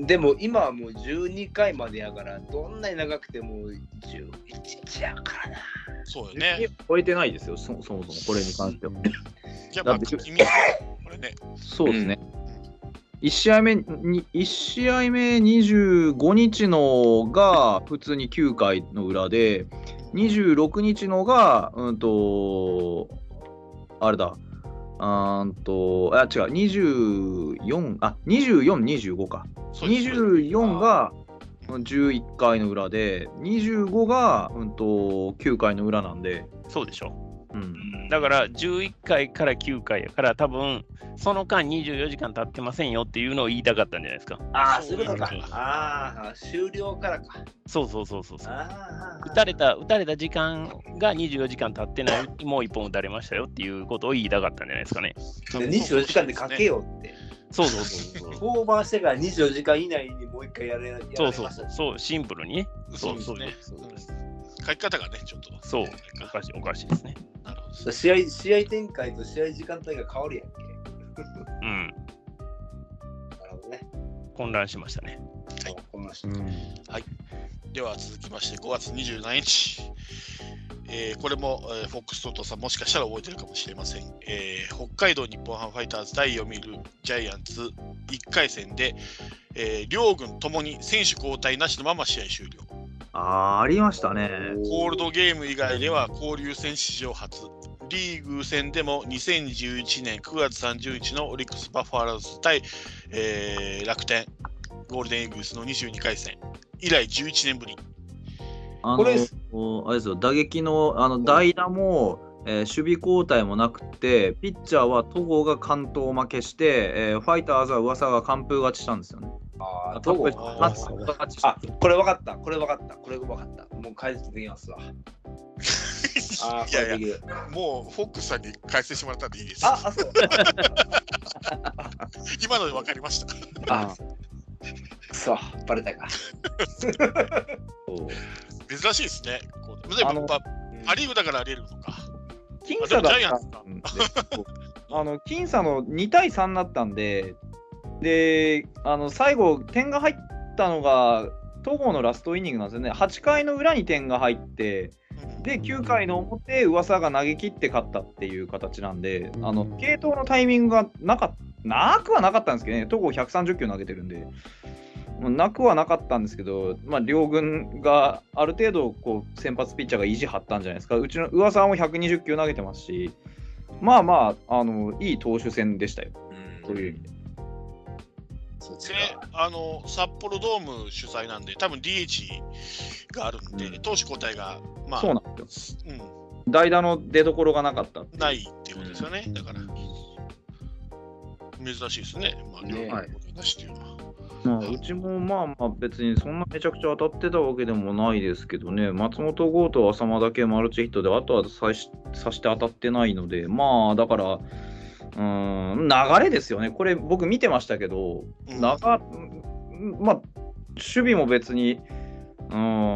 Speaker 2: でも今はもうじゅうにかいまでやから、どんなに長くてもじゅういちにちやからな。
Speaker 1: そうよね。
Speaker 5: 超えてないですよ、そ, そもそもこれに関しては。
Speaker 1: じゃあ、まあ、君、これね。
Speaker 5: そうですね。いち試合目に、いち試合目にじゅうごにちのが普通にきゅうかいの裏で、にじゅうろくにちのが、うんと、あれだ、うんと、あ、違う、にじゅうよん、あ、にじゅうよん、にじゅうごか。にじゅうよんがじゅういっかいの裏で、にじゅうごが、うんと、きゅうかいの裏なんで。
Speaker 6: そうでしょ。
Speaker 5: うん、
Speaker 6: だからじゅういっかいからきゅうかいやから、多分その間にじゅうよじかん経ってませんよっていうのを言いたかったんじゃないですか。
Speaker 2: ああ、そういうことか。ああ、終了からか。
Speaker 6: そうそうそうそうそう。打たれた、打たれた時間がにじゅうよじかん経ってない、もういっぽん打たれましたよっていうことを言いたかったんじゃないですかね。
Speaker 2: にじゅうよじかんでかけようって。
Speaker 6: そうそうそうそう。
Speaker 2: 降板してからにじゅうよじかん以内にもう一回やれる。
Speaker 6: そうそうそう、そうシンプルにね。
Speaker 1: そうですね。書き方がね、ちょっと。
Speaker 6: そう、おかしい、おかしいですね。
Speaker 2: なるほど。試合、試合展開と試合時間帯が変わるやんけ。
Speaker 6: うん。
Speaker 2: なるほどね。
Speaker 6: 混乱しましたね。
Speaker 2: はい。混乱しま
Speaker 1: した。はい。では続きまして、ごがつにじゅうしちにち。えー、これも、えー、フォックストロットさんもしかしたら覚えてるかもしれません。えー、北海道日本ハムファイターズ対読売ジャイアンツいっかい戦で、えー、両軍ともに選手交代なしのまま試合終了。
Speaker 5: あー、ありましたね。
Speaker 1: コールドゲーム以外では交流戦史上初。リーグ戦でもにせんじゅういちねんくがつさんじゅうにちのオリックス・バファローズ対、えー、楽天ゴールデンイーグルスのにじゅうにかい戦以来じゅういちねんぶり。
Speaker 5: あのこれあれですよ、打撃の、あの代打も、えー、守備交代もなくて、ピッチャーは戸郷が完投負けして、えー、ファイターズは噂が完封勝ちしたんですよね。
Speaker 2: ああ、戸郷あ、これ分かった、これ分かった、これ分かった。もう解説できますわ。
Speaker 1: あいやいや、もうフォックスさんに解説してもらったんでいいです。
Speaker 2: あ、あ、そう。
Speaker 1: 今ので分かりました。
Speaker 2: あそう、バレたか。
Speaker 1: 珍しいですね。でも、パ・リーグだからあり得るのか。
Speaker 5: 僅差だったんで、あの僅差のにたいさんになったんで、で、あの最後、点が入ったのが、戸郷のラストイニングなんですよね。はちかいの裏に点が入って、で、きゅうかいの表、噂が投げ切って勝ったっていう形なんで、あの継投のタイミングがなかなくはなかったんですけどね、戸郷ひゃくさんじゅっキロ投げてるんで。なくはなかったんですけど、まあ、両軍がある程度こう先発ピッチャーが意地張ったんじゃないですか。うちの上沢もひゃくにじゅっキロ投げてますし、まあまあ、あのいい投手戦でしたよ。そういう意味で。
Speaker 1: で、あの札幌ドーム主催なんで、多分 ディーエイチ があるんで、うん、投手交代が、まあ、
Speaker 5: そうなんですよ。うん、代打の出どころがなかったって
Speaker 1: ないっていうことですよね。うん、だから、珍しいですね。まあ、両方なしっていうのは。
Speaker 5: まあ、うちもまあまあ別にそんなめちゃくちゃ当たってたわけでもないですけどね、松本剛と浅間だけマルチヒットで、あとはさしさして当たってないので、まあだから、うーん、流れですよね。これ僕見てましたけど、うん、まあ、守備も別に、うん、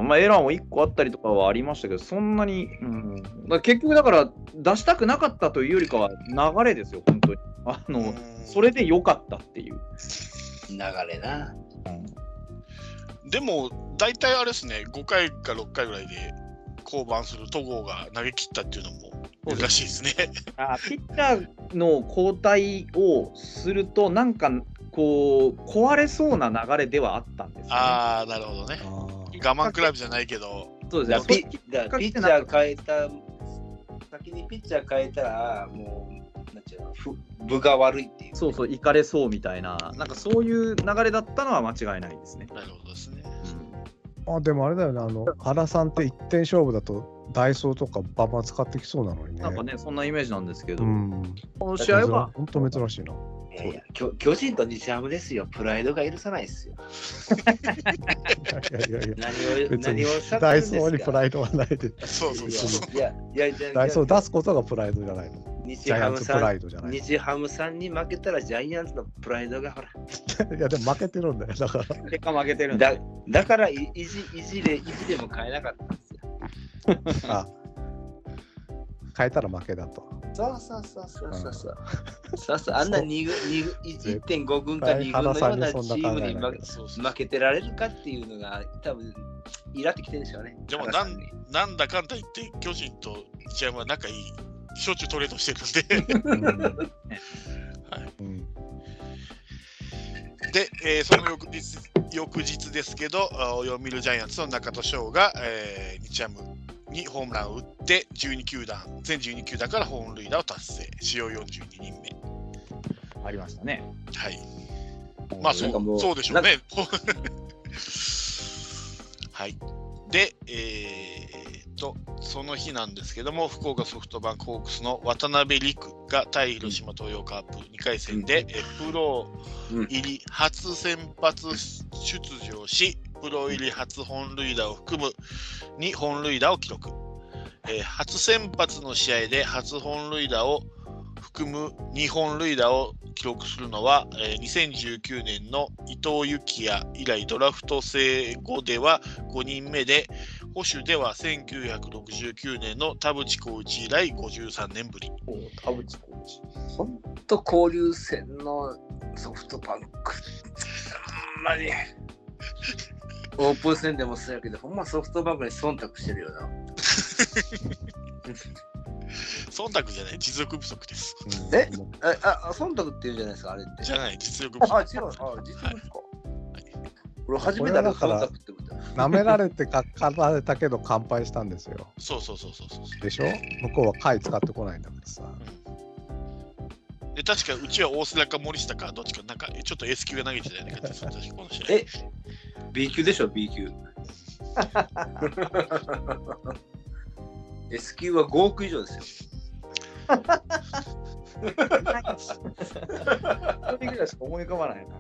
Speaker 5: まあ、エラーもいっこあったりとかはありましたけど、そんなに、うん、だから結局だから出したくなかったというよりかは流れですよ、本当に。あの、それで良かったっていう。
Speaker 2: 流れな、
Speaker 1: うん、でも大体あれですね、ごかいかろっかいぐらいで降板する戸郷が投げ切ったっていうのも珍しいですね。
Speaker 5: あピッチャーの交代をするとなんかこう壊れそうな流れではあったんですよね。
Speaker 1: ああ、なるほどね。我慢比べじゃないけど、
Speaker 2: そうですね。ピ, ピッチャー変えた先にピッチャー変えたらもう分が悪いっていう、ね、
Speaker 5: そうそう、いかれそうみたいな、なんかそういう流れだったのは間違いないですね。
Speaker 1: なるほどですね。
Speaker 3: うん、あでもあれだよね、あの原さんっていってん勝負だとダイソーとかバンバン使ってきそうなのにね。
Speaker 5: なんかね、そんなイメージなんですけど、
Speaker 3: うん、
Speaker 5: この試合は
Speaker 3: 本当珍しいな。
Speaker 2: いやいや、巨人と日ハムですよ、プライドが許さないですよ。
Speaker 3: いやいやいや、
Speaker 2: 何を何を
Speaker 3: ダイソーにプライドはないで。
Speaker 1: そうそうそう。
Speaker 2: いやいやいや、
Speaker 3: ダイソー出すことがプライドじゃないの。
Speaker 2: 日ハムさん、日ハムさんに負けたらジャイアンツのプライドがほら。
Speaker 3: いやでも負けてるんだよ、だから。
Speaker 5: 結果負けてるんだ。
Speaker 2: だ, だからいじいじでいじでも変えなかったんですよ。
Speaker 3: あ、変えたら負けだと。
Speaker 2: そうそうそうそうそうそう。そうそう、あんなにいってんご軍かに軍のようなチームに負けてられるかっていうのが多分イラってきてるでしょうね。
Speaker 1: でもなんなんだかんだ言って巨人と日山は仲いい、しょっちゅうトレードしてるんで。はいうん、で、えー、その翌日翌日ですけど、読売ジャイアンツの中田翔が、えー、日ハムにホームランを打ってじゅうに球団、全じゅうに球団から本塁打を達成、主要よんじゅうににんめ。
Speaker 5: ありましたね。
Speaker 1: はい。まあそうそうでしょうね。はい。で、えー、と、その日なんですけども、福岡ソフトバンクホークスの渡辺陸が対広島東洋カープにかい戦で、うん、えプロ入り初先発出場し、プロ入り初本塁打を含むに本塁打を記録。えー、初先発の試合で初本塁打を含むに本塁打を記録するのは、えー、にせんじゅうきゅうねんの伊藤幸也以来ドラフト制後ではごにんめで、捕手ではせんきゅうひゃくろくじゅうきゅうねんの田淵コーチ以来ごじゅうさんねんぶり。
Speaker 2: 田淵コーチ。ほんと交流戦のソフトバンク。ほんまに。オープン戦でもそうやけど、ほんまソフトバンクに忖度してるよな。
Speaker 1: 忖度じゃない、実力不足です。
Speaker 2: えあ、忖度って言うんじゃないですか、あれって。
Speaker 1: じゃない、実力不足。
Speaker 2: あ、違う、あ、実力か。はい、俺初めてだから忖度ってこと。
Speaker 3: 舐められてかかられたけど乾杯したんですよ。
Speaker 1: そうそうそうそうそう。で
Speaker 3: しょ？向こうは回使ってこないんだからさ。
Speaker 1: うん、で確かうちは大須か森下かどっちかなんかちょっと S 級が投げてたよね。
Speaker 2: え B 級でしょ B 級。S 級はごおく以上ですよ。
Speaker 5: 一人ぐらいしか思い浮かばないな。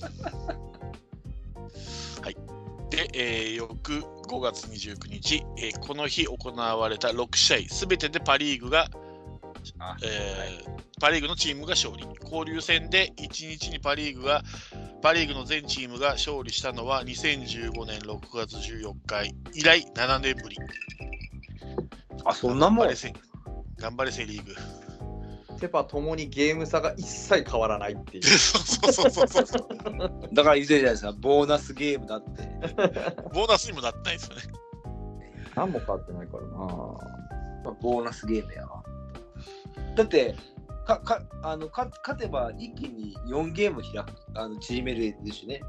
Speaker 1: はい。で、えー、翌ごがつにじゅうくにち、えー、この日行われたろくしあいすべてでパ・リーグが、えーはい、パ・リーグのチームが勝利。交流戦でいちにちにパ・リーグがパ・リーグの全チームが勝利したのはにせんじゅうごねんろくがつじゅうよっか以来ななねんぶり。
Speaker 2: あ、そんなもん。
Speaker 1: 頑張れセ・リーグ。
Speaker 5: セパともにゲーム差が一切変わらないっていう。
Speaker 1: そうそうそうそうそう。
Speaker 2: だから言ってるじゃないですか、ボーナスゲームだって。
Speaker 1: ボーナスにもなってないですよね。
Speaker 5: 何も変わってないからな。
Speaker 2: まあ、ボーナスゲームやわ。だってかかあのか勝てば一気によんゲーム開く、あの縮めるですしね。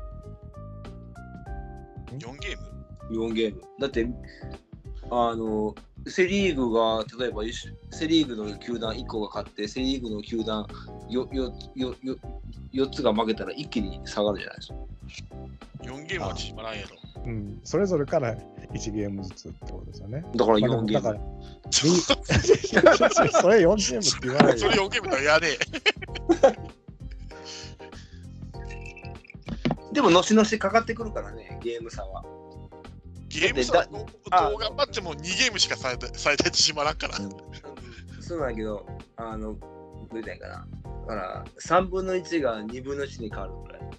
Speaker 1: よんゲーム ?
Speaker 2: よん ゲーム。だってあのセ・リーグが例えばセ・リーグの球団いっこが勝ってセ・リーグの球団 よ, よ, よ, よ, よっつが負けたら一気に下がるじゃないですか。
Speaker 1: よんゲームは縮まらんやろ。
Speaker 3: うん、それぞれからいちゲームずつってことですよね。
Speaker 2: だからよんゲーム。まあ、
Speaker 3: それよんゲームって言わないよ。
Speaker 1: それよんゲームだやね
Speaker 2: え。でものしのしかかってくるからね、ゲーム差は。
Speaker 1: ゲーム差はどう頑張ってもにゲームしか最大縮まらんから。うん、
Speaker 2: そうなんだけど、あの、どう言ったらいいかな。だからさんぶんのいちがにぶんのいちに変わるくらい。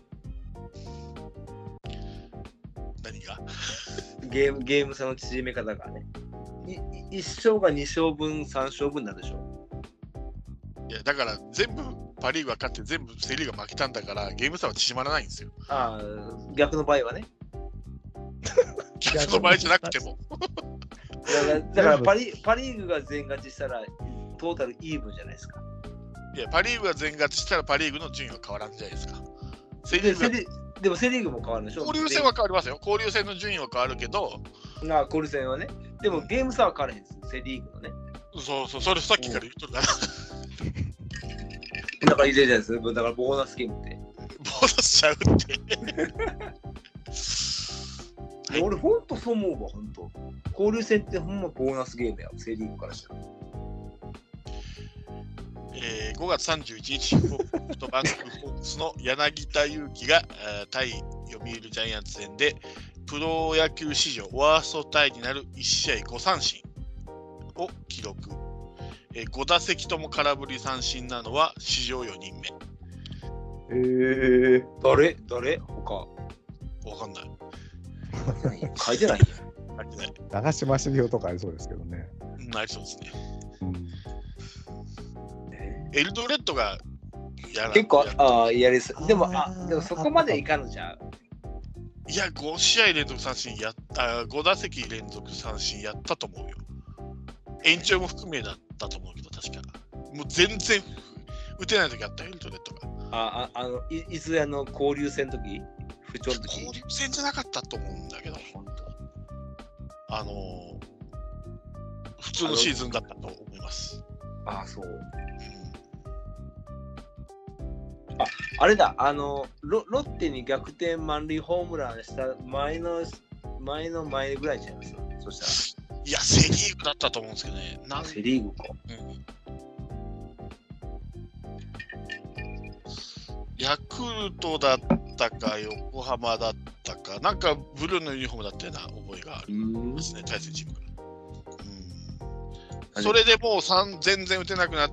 Speaker 1: 何が
Speaker 2: ゲームゲーム差の縮め方がね。いいち勝がに勝分、さん勝分なんでしょ。
Speaker 1: いやだから全部パ・リーグが勝って全部セ・リーグが負けたんだからゲーム差は縮まらないんですよ。
Speaker 2: ああ、逆の場合はね。
Speaker 1: 逆の場合じゃなくても。
Speaker 2: だから、だからパリ、パ・リーグが全勝ちしたらトータルイーブンじゃないですか。
Speaker 1: いや、パ・リーグが全勝ちしたらパ・リーグの順位は変わらんじゃないですか。セ・リーグが
Speaker 2: で, でもセ・リーグも変わるでしょ。
Speaker 1: 交流戦は変わりますよ。交流戦の順位は変わるけど。
Speaker 2: ああ、交流戦はね。でもゲーム差は変わらへんです。セ・リーグのね。
Speaker 1: そうそう、それさっきから言っとるから。
Speaker 2: だからいいじゃないですか。だからボーナスゲームって。
Speaker 1: ボーナスちゃうって。
Speaker 2: はい、俺ほんとそう思うわ、ほんと。交流戦ってほんまボーナスゲームや、セ・リーグからしたら。
Speaker 1: えー、ごがつさんじゅういちにち、ソフトバンクホークスの柳田悠岐が対読売ジャイアンツ戦でプロ野球史上ワーストタイになるいちしあいご三振を記録。えー、ご打席とも空振り三振なのは史上よにんめ。
Speaker 2: えー、誰誰他
Speaker 1: わかんない。
Speaker 2: 書いてないや。
Speaker 1: 書いてない。
Speaker 3: 長嶋茂雄とかありそうですけどね。
Speaker 1: うん、ありそうですね。うん、 エルドレッドがやら
Speaker 2: 結構、ああ、やりそう。でも、あ、でもそこまでいかんのじゃん。
Speaker 1: いや、ご試合連続三振やっあ、ご打席連続三振やったと思うよ。延長も含めだったと思うけど、確か。もう全然打てない時あったよ、エルドレッドが。
Speaker 2: あ、あ、あの、いいずれの交流戦の時、不調の時。
Speaker 1: 交流戦じゃなかったと思うんだけど、あのー、普通のシーズンだったと思います。
Speaker 2: ああ、そう。あ、あれだ、あのロ、ロッテに逆転満塁ホームランした前の前の前ぐらいちゃいますよ、そしたら。
Speaker 1: いや、セ・リーグだったと思うんですけどね。
Speaker 2: なんセ・リーグか。
Speaker 1: うん、ヤクルトだったか、横浜だったか、なんかブルーのユニフォームだったような覚えがあるんですね、対戦チームから。それでもうさん全然打てなくなって、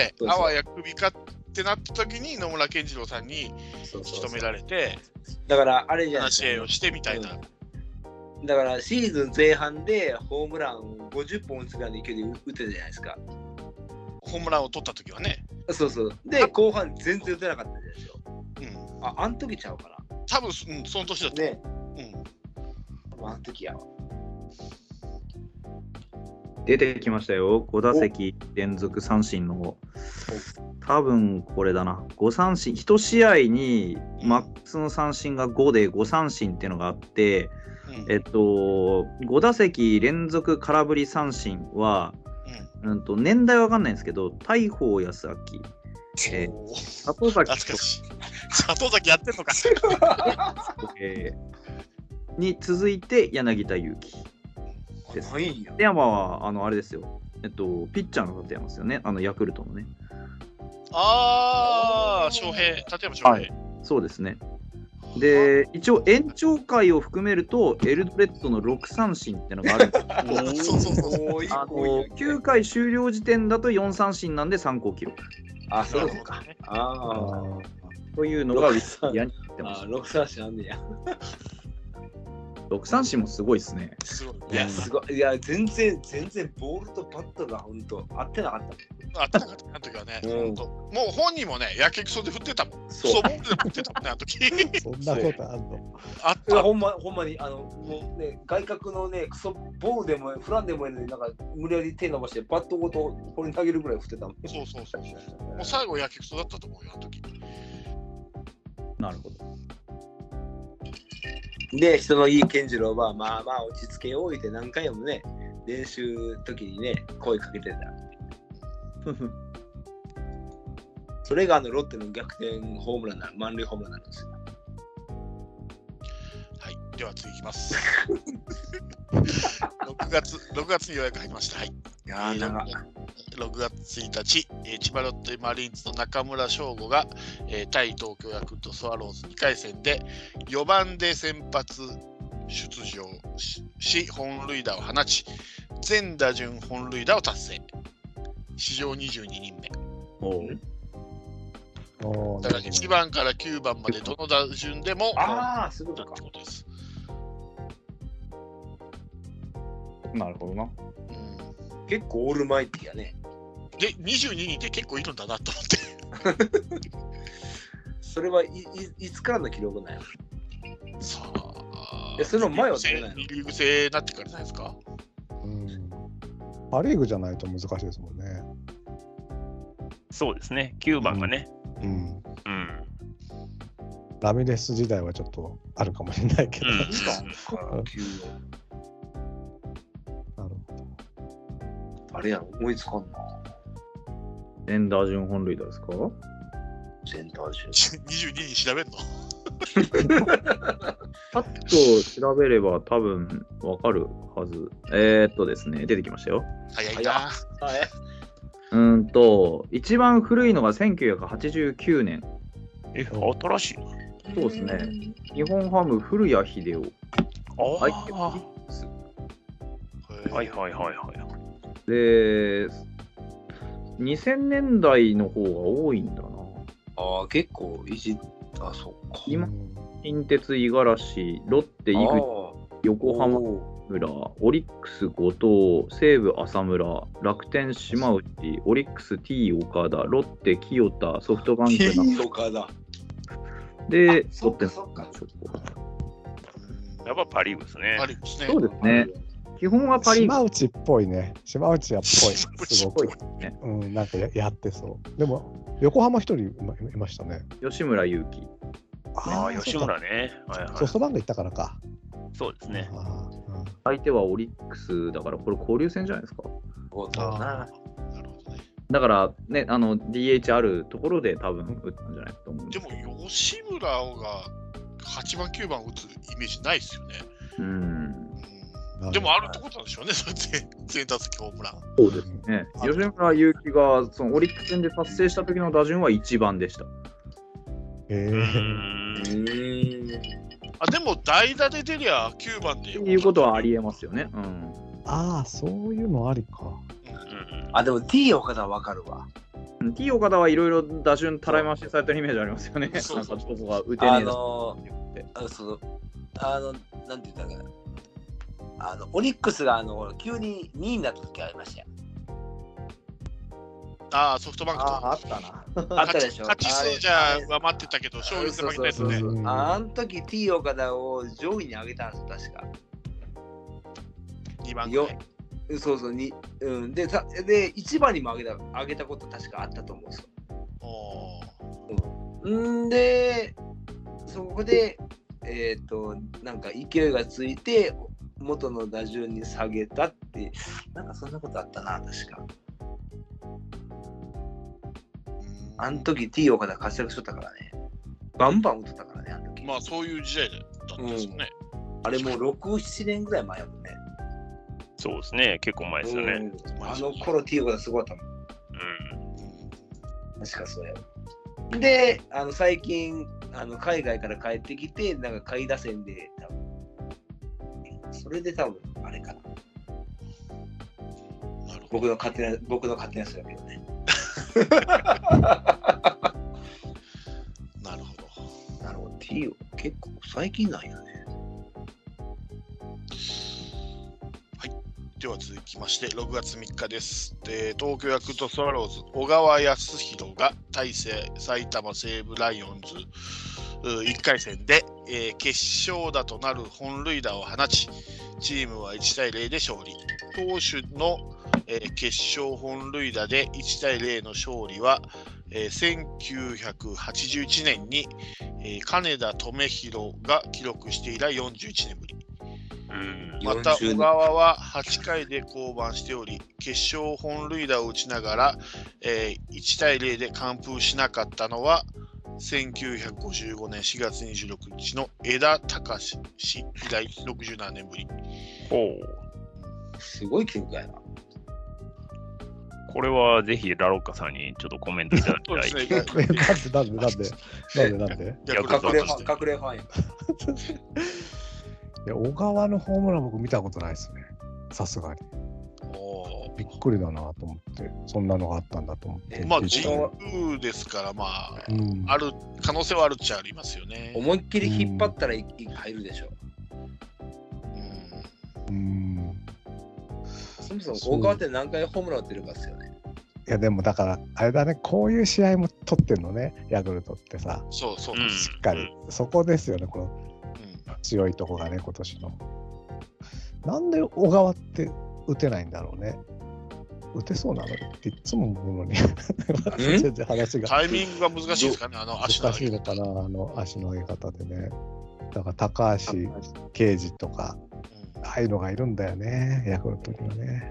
Speaker 1: あわや首かってなった時に野村健次郎さんに引き止められて、
Speaker 2: だからあれじゃない
Speaker 1: 試合をしてみたいな、
Speaker 2: うん。だからシーズン前半でホームランごじゅっぽん打つぐらいの勢いで打てるじゃないですか。
Speaker 1: ホームランを取った時はね。
Speaker 2: そうそう。で、後半全然打てなかったでしょ。うん。あ、あん時ちゃうかな。
Speaker 1: 多分、うん、その年だった。
Speaker 2: ね。
Speaker 1: うん。
Speaker 2: あん時やわ。
Speaker 5: 出てきましたよ。ご打席連続三振の。多分これだな。ご三振。いち試合にマックスの三振がごでご三振っていうのがあって、うん、えっと、ご打席連続空振り三振は、うん、うんと年代わかんないんですけど、大鵬康明、えー、佐藤崎。
Speaker 1: 懐かしい。佐藤崎やってんのか。
Speaker 5: えー、に続いて柳田悠岐。立山はあのあれですよ、えっと、ピッチャーの立山ですよね、あのヤクルトのね。
Speaker 1: ああ、翔平、立山翔平、はい。
Speaker 5: そうですね。で、一応延長回を含めると、エルドレッドのろく三振ってのがあるんです
Speaker 1: そうそうそう。
Speaker 5: あのきゅうかい終了時点だとよん三振なんで参考記録。
Speaker 2: あ、そうですか。ああ。
Speaker 5: というのがウィキペディアになってま
Speaker 2: した。ろく三振あんねや。
Speaker 5: ろく三振もすごいですね。
Speaker 2: すごい。いや、すごい。いや、全然、全然ボールとバットが本当合ってなかった。
Speaker 1: 合ってなかった、あの時はね。うん、本当。もう本人もね、やけくそで振ってたもん。そう。そうボールで振ってたもんね、あの時。
Speaker 3: そんなことあんの？
Speaker 1: あった。
Speaker 2: ほんま、ほんまに、あの、もうね、外角のね、クソボールでも、フランでもいいのに、なんか、無理やり手伸ばして、バットごとこれに投げるぐらい振ってたもん。
Speaker 1: そうそうそう。もう最後、やけくそだったと思うよ、あの時。
Speaker 5: なるほど。
Speaker 2: で、人のいい健次郎は、まあまあ落ち着けおいて何回もね、練習時にね、声かけてた。それがあのロッテの逆転ホームランな、満塁ホームランなんですよ。
Speaker 1: はい、では次いきます。ろくがつ、ろくがつに予約入りました。はい。
Speaker 2: いやー、なんか。
Speaker 1: ろくがつついたち、えー、千葉ロッテマリーンズの中村奨吾が、えー、対東京ヤクルトスワローズにかい戦でよばんで先発出場し本塁打を放ち全打順本塁打を達成。史上にじゅうににんめ。おだからいちばんからきゅうばんまでどの打順でも
Speaker 2: ああそういうことか
Speaker 1: ってことです。
Speaker 5: なるほどな、うん、
Speaker 2: 結構オールマイティやね。
Speaker 1: でにじゅうににんって結構いるんだなと思って
Speaker 2: それはい、い、いつからの記録なんや。
Speaker 1: さあ
Speaker 2: えその前は出ないの？
Speaker 1: リーグ制になってからじゃないですか。
Speaker 3: うん。パリーグじゃないと難しいですもんね。
Speaker 6: そうですね、きゅうばんがね。
Speaker 3: うん。うん。
Speaker 6: うん、
Speaker 3: ラミレス時代はちょっとあるかもしれないけど。うん、
Speaker 2: なる
Speaker 3: ほど。
Speaker 2: あれやろ、思いつかんな。
Speaker 5: エンダー順本塁打ですか？
Speaker 2: センター順。
Speaker 1: にじゅうににん調べんの
Speaker 5: パッと調べれば多分わかるはず。えー、っとですね、出てきましたよ。
Speaker 1: 早いな。
Speaker 5: うんと、一番古いのがせんきゅうひゃくはちじゅうきゅうねん。
Speaker 6: え、新しい。
Speaker 5: そうですね。日本ハム古谷秀夫。
Speaker 6: ああ。はいはいはいはい。
Speaker 5: で、にせんねんだいの方が多いんだな。
Speaker 2: ああ、結構いじった、そっか。
Speaker 5: 今、近鉄、五十嵐、ロッテ、井口、横浜、 村、オリックス後藤、西武浅村、楽天島内、オリックス T 岡田、ロッテ清田、ソフトバンク
Speaker 2: T 岡田
Speaker 5: で、ロ
Speaker 2: そ
Speaker 5: ッテ
Speaker 2: っかそっか。
Speaker 6: やっぱパ・リーグですね。
Speaker 1: ありですね。
Speaker 5: そうですね。基本はパ・リーグ
Speaker 3: 島内っぽいね。島内はっぽい。すごく。
Speaker 5: ね。
Speaker 3: うん、なんか や, やってそう。でも、横浜一人いまいましたね。
Speaker 5: 吉村勇輝。
Speaker 6: ああ、吉村ね。はいはい、
Speaker 3: ソフトバンク行ったからか。
Speaker 6: そうですね。
Speaker 3: あー、うん、
Speaker 5: 相手はオリックスだから、これ交流戦じゃないですか。
Speaker 2: そうだな。
Speaker 1: なるほどね。
Speaker 5: だからね、あの ディーエイチ あるところで多分打ったんじゃないかと思うんで
Speaker 1: ですも、吉村がはちばん、きゅうばん打つイメージないですよね。
Speaker 5: うん。
Speaker 1: うん、でもあるってことなんでしょうね、それ全全打席ホームラン。
Speaker 5: そうですね。吉村勇輝がそのオリックス戦で達成した時の打順はいちばんでした。
Speaker 3: え
Speaker 6: う
Speaker 3: ー、
Speaker 6: ーん。
Speaker 1: あでも代打で出りゃきゅうばんで
Speaker 5: っていうことはありえますよね。うん。
Speaker 3: ああ、そういうのありか。
Speaker 2: あ、でも T 岡田わかるわ。
Speaker 5: T 岡田はいろいろ打順たらい回しされてるイメージありますよね。
Speaker 1: そうそうそう
Speaker 5: なんかどこが打てねえだ
Speaker 2: あのー、あそうあの、なんて言ったかな。あの、オリックスがあの急ににいになった時ありましたよ。
Speaker 1: ああ、ソフトバンクと。
Speaker 2: あったな。あったでしょ。
Speaker 1: 勝ち数じゃ上回ってたけど、勝率で負けたやつね。
Speaker 3: うん、
Speaker 2: あの時 T 岡田を上位に上げたんですよ、確か。
Speaker 1: にばんぐらい。
Speaker 2: そうそう、にうん、でたで、いちばんにも上げた上げたこと確かあったと思うんですよ。
Speaker 1: お
Speaker 2: うんで、そこで、えっ、ー、と、なんか勢いがついて、元の打順に下げたって、なんかそんなことあったな、確か。あの時 T 岡田活躍しとったからね。バンバン打ってたからね、あの時。
Speaker 1: まあそういう時代だったんですよね。
Speaker 2: うん、あれもうろく、ななねんぐらい前やもんね。
Speaker 6: そうですね、結構前ですよね。
Speaker 2: うん、あの頃 T 岡田すごかったもん。
Speaker 6: うん。
Speaker 2: 確かそうや。で、あの最近あの海外から帰ってきて、なんか下位打線で、多分それで多分あれかな。
Speaker 1: なるほど。
Speaker 2: 僕の勝手な、僕の勝手な人だけどね。
Speaker 1: なるほど。
Speaker 2: なるほど。T 結構最近なんやね。
Speaker 1: では続きましてろくがつみっかです。で東京ヤクルトスワローズ小川泰弘が対西埼玉西武ライオンズいっかい戦で、えー、決勝打となる本塁打を放ち、チームはいちたいゼロで勝利。投手の、えー、決勝本塁打でいちたいゼロの勝利は、えー、せんきゅうひゃくはちじゅういちねんに、えー、金田留宏が記録して以来よんじゅういちねんぶり。また小川ははちかいで降板しており、決勝本塁打を打ちながら、えー、いちたいゼロで完封しなかったのはせんきゅうひゃくごじゅうごねんしがつにじゅうろくにちの枝隆氏以来ろくじゅうななねんぶり。
Speaker 6: ほう。
Speaker 2: すごい記録やな。
Speaker 6: これはぜひラロッカさんにちょっとコメントいただきたい。
Speaker 3: なんでなんでなんでなんでなんで
Speaker 1: ヤクルト
Speaker 2: 隠れフ
Speaker 1: として
Speaker 2: ァン、隠れファンや。
Speaker 3: いや小川のホームラン僕見たことないですね。さすがに。
Speaker 1: お
Speaker 3: びっくりだなと思って、そんなのがあったんだと思って。
Speaker 1: まあ
Speaker 3: びっくり
Speaker 1: 神宮ですから、まあ、
Speaker 3: うん、
Speaker 1: ある可能性はあるっちゃありますよね。
Speaker 2: 思いっきり引っ張ったらい入るでしょ。
Speaker 3: うん。
Speaker 2: そもそも大川って何回ホームラン打ってるかですよね。
Speaker 3: いやでもだからあれだね、こういう試合も取ってんのね、ヤクルトってさ。
Speaker 1: そうそう、
Speaker 6: うん、
Speaker 3: しっかり、うん、そこですよね、この
Speaker 1: うん、
Speaker 3: 強いとこがね、今年の。なんで小川って打てないんだろうね。打てそうなのっていつも思うのに全然話が
Speaker 1: タイミングが難しいですかね、あの足の
Speaker 3: 難しいのかな、あの足の上げ方でね。だから高橋奎二とか、うん、ああいうのがいるんだよね、ヤクルトにはね。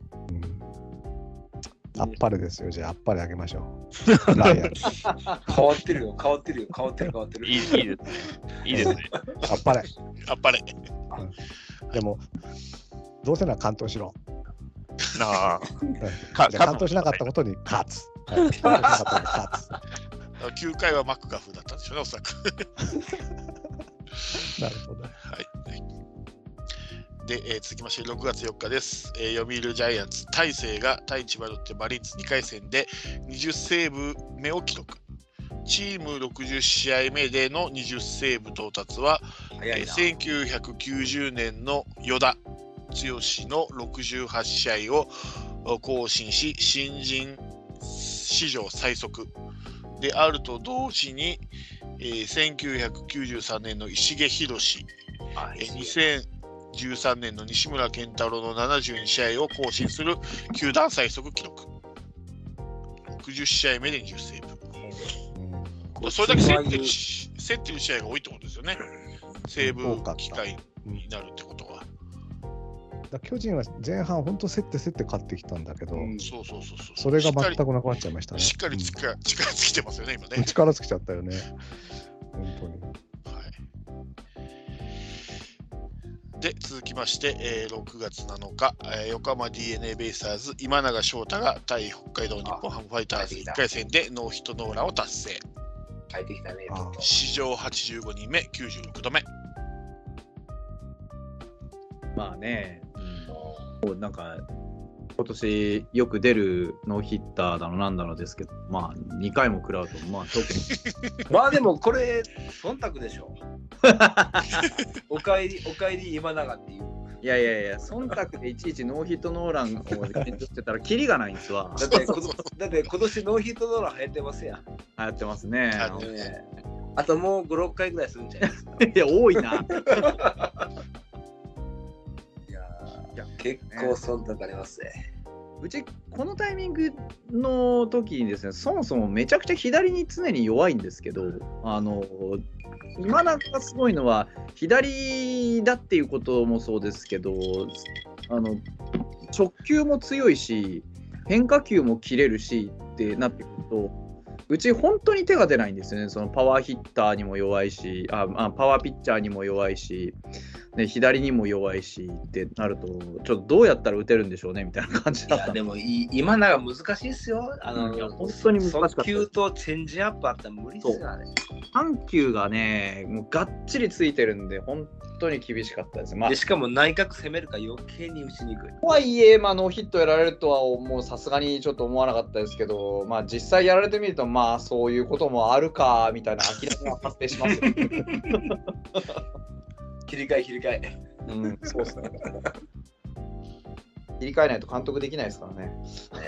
Speaker 3: うん、あっぱれですよ、じゃああっぱれあげましょう。ライアン
Speaker 2: 変わってるよ、変わってるよ、変わってる、変わってる。
Speaker 6: いい、いいですね。いいですね。
Speaker 3: あっぱれ。
Speaker 1: あっぱれ。
Speaker 3: うん、でも、どうせなら完投しろ。
Speaker 6: なあ。
Speaker 3: 完投しなかったことに勝つ。はい、完投しなかったことに勝
Speaker 1: つ。きゅうかいはマクガフだったんでしょうね、おそらく。
Speaker 3: なるほど。
Speaker 1: はい。で、えー、続きましてろくがつよっかです。えー、読売ジャイアンツ、大勢が対千葉ロッテマリーンズにかい戦でにじゅうセーブ目を記録。チームろくじゅっしあいめでのにじゅうセーブ到達は、えー、せんきゅうひゃくきゅうじゅうねんの与田のろくじゅうはち試合を更新し、新人史上最速であると同時に、えー、せんきゅうひゃくきゅうじゅうさんねんの石毛博士、えー、にせんじゅうさんねんの西村健太郎のななじゅうに試合を更新する球団最速記録。ろくじゅう試合目でにじゅうセーブ。それだけ競ってるし、競ってる試合が多いってことですよね。セーブ機会になるってことは。
Speaker 3: だ巨人は前半本当競って競って勝ってきたんだけど、うん、
Speaker 1: そうそうそうそう。
Speaker 3: それが全くなくなっちゃいましたね。
Speaker 1: しっかり力、うん、力つきてますよね今ね。
Speaker 3: 力つきちゃったよね。本当に。はい。
Speaker 1: で続きまして、えー、ろくがつなのか、えー、横浜 ディーエヌエー ベイスターズ今永昇太が対北海道日本ハムファイターズいっかい戦でノーヒットノーランを達成。
Speaker 2: 帰ってきたね。
Speaker 1: 史上はちじゅうごにんめ、きゅうじゅうろくどめ。
Speaker 5: まあね、うん、なんか今年よく出るノーヒッターだのなんだのですけど、まあにかいも食らうと、まあ特に
Speaker 2: まあでもこれ忖度でしょおかえりおかえり今永っていう。
Speaker 5: いやいやいや、忖度でいちいちノーヒットノーランを検討してたらキリがないんですわ。
Speaker 2: だってこだって今年ノーヒットノーラン流行ってますやん。
Speaker 5: 流行ってますね。
Speaker 2: あ, ねあともうご、ろっかいぐらいするんじゃないですか。
Speaker 5: いや多いな。
Speaker 2: いや結構忖度ありますね。
Speaker 5: うちこのタイミングの時にですね、そもそもめちゃくちゃ左に常に弱いんですけど、あの今なんかすごいのは左だっていうこともそうですけど、あの直球も強いし変化球も切れるしってなってくると、うち本当に手が出ないんですよね。そのパワーヒッターにも弱いし、ああパワーピッチャーにも弱いし、ね、左にも弱いしってなると、ちょっとどうやったら打てるんでしょうねみたいな感じだった。
Speaker 2: いやでもい今なら難しいですよ。あの、
Speaker 5: いや本当に難しかった。
Speaker 2: 速球とチェンジアップあったら無理ですよね。
Speaker 5: 緩急がね、もうがっちりついてるんで、本当に厳しかったです。まあ、
Speaker 2: でしかも内角攻めるから余計に打ちにくい。
Speaker 5: とはいえ、まあ、ノーヒットやられるとはもうさすがにちょっと思わなかったですけど、まあ、実際やられてみると、まあそういうこともあるかみたいな諦めが発生しますよ。
Speaker 2: 切り替え切り替え。
Speaker 5: うん、そうですね。切り替えないと監督できないですからね。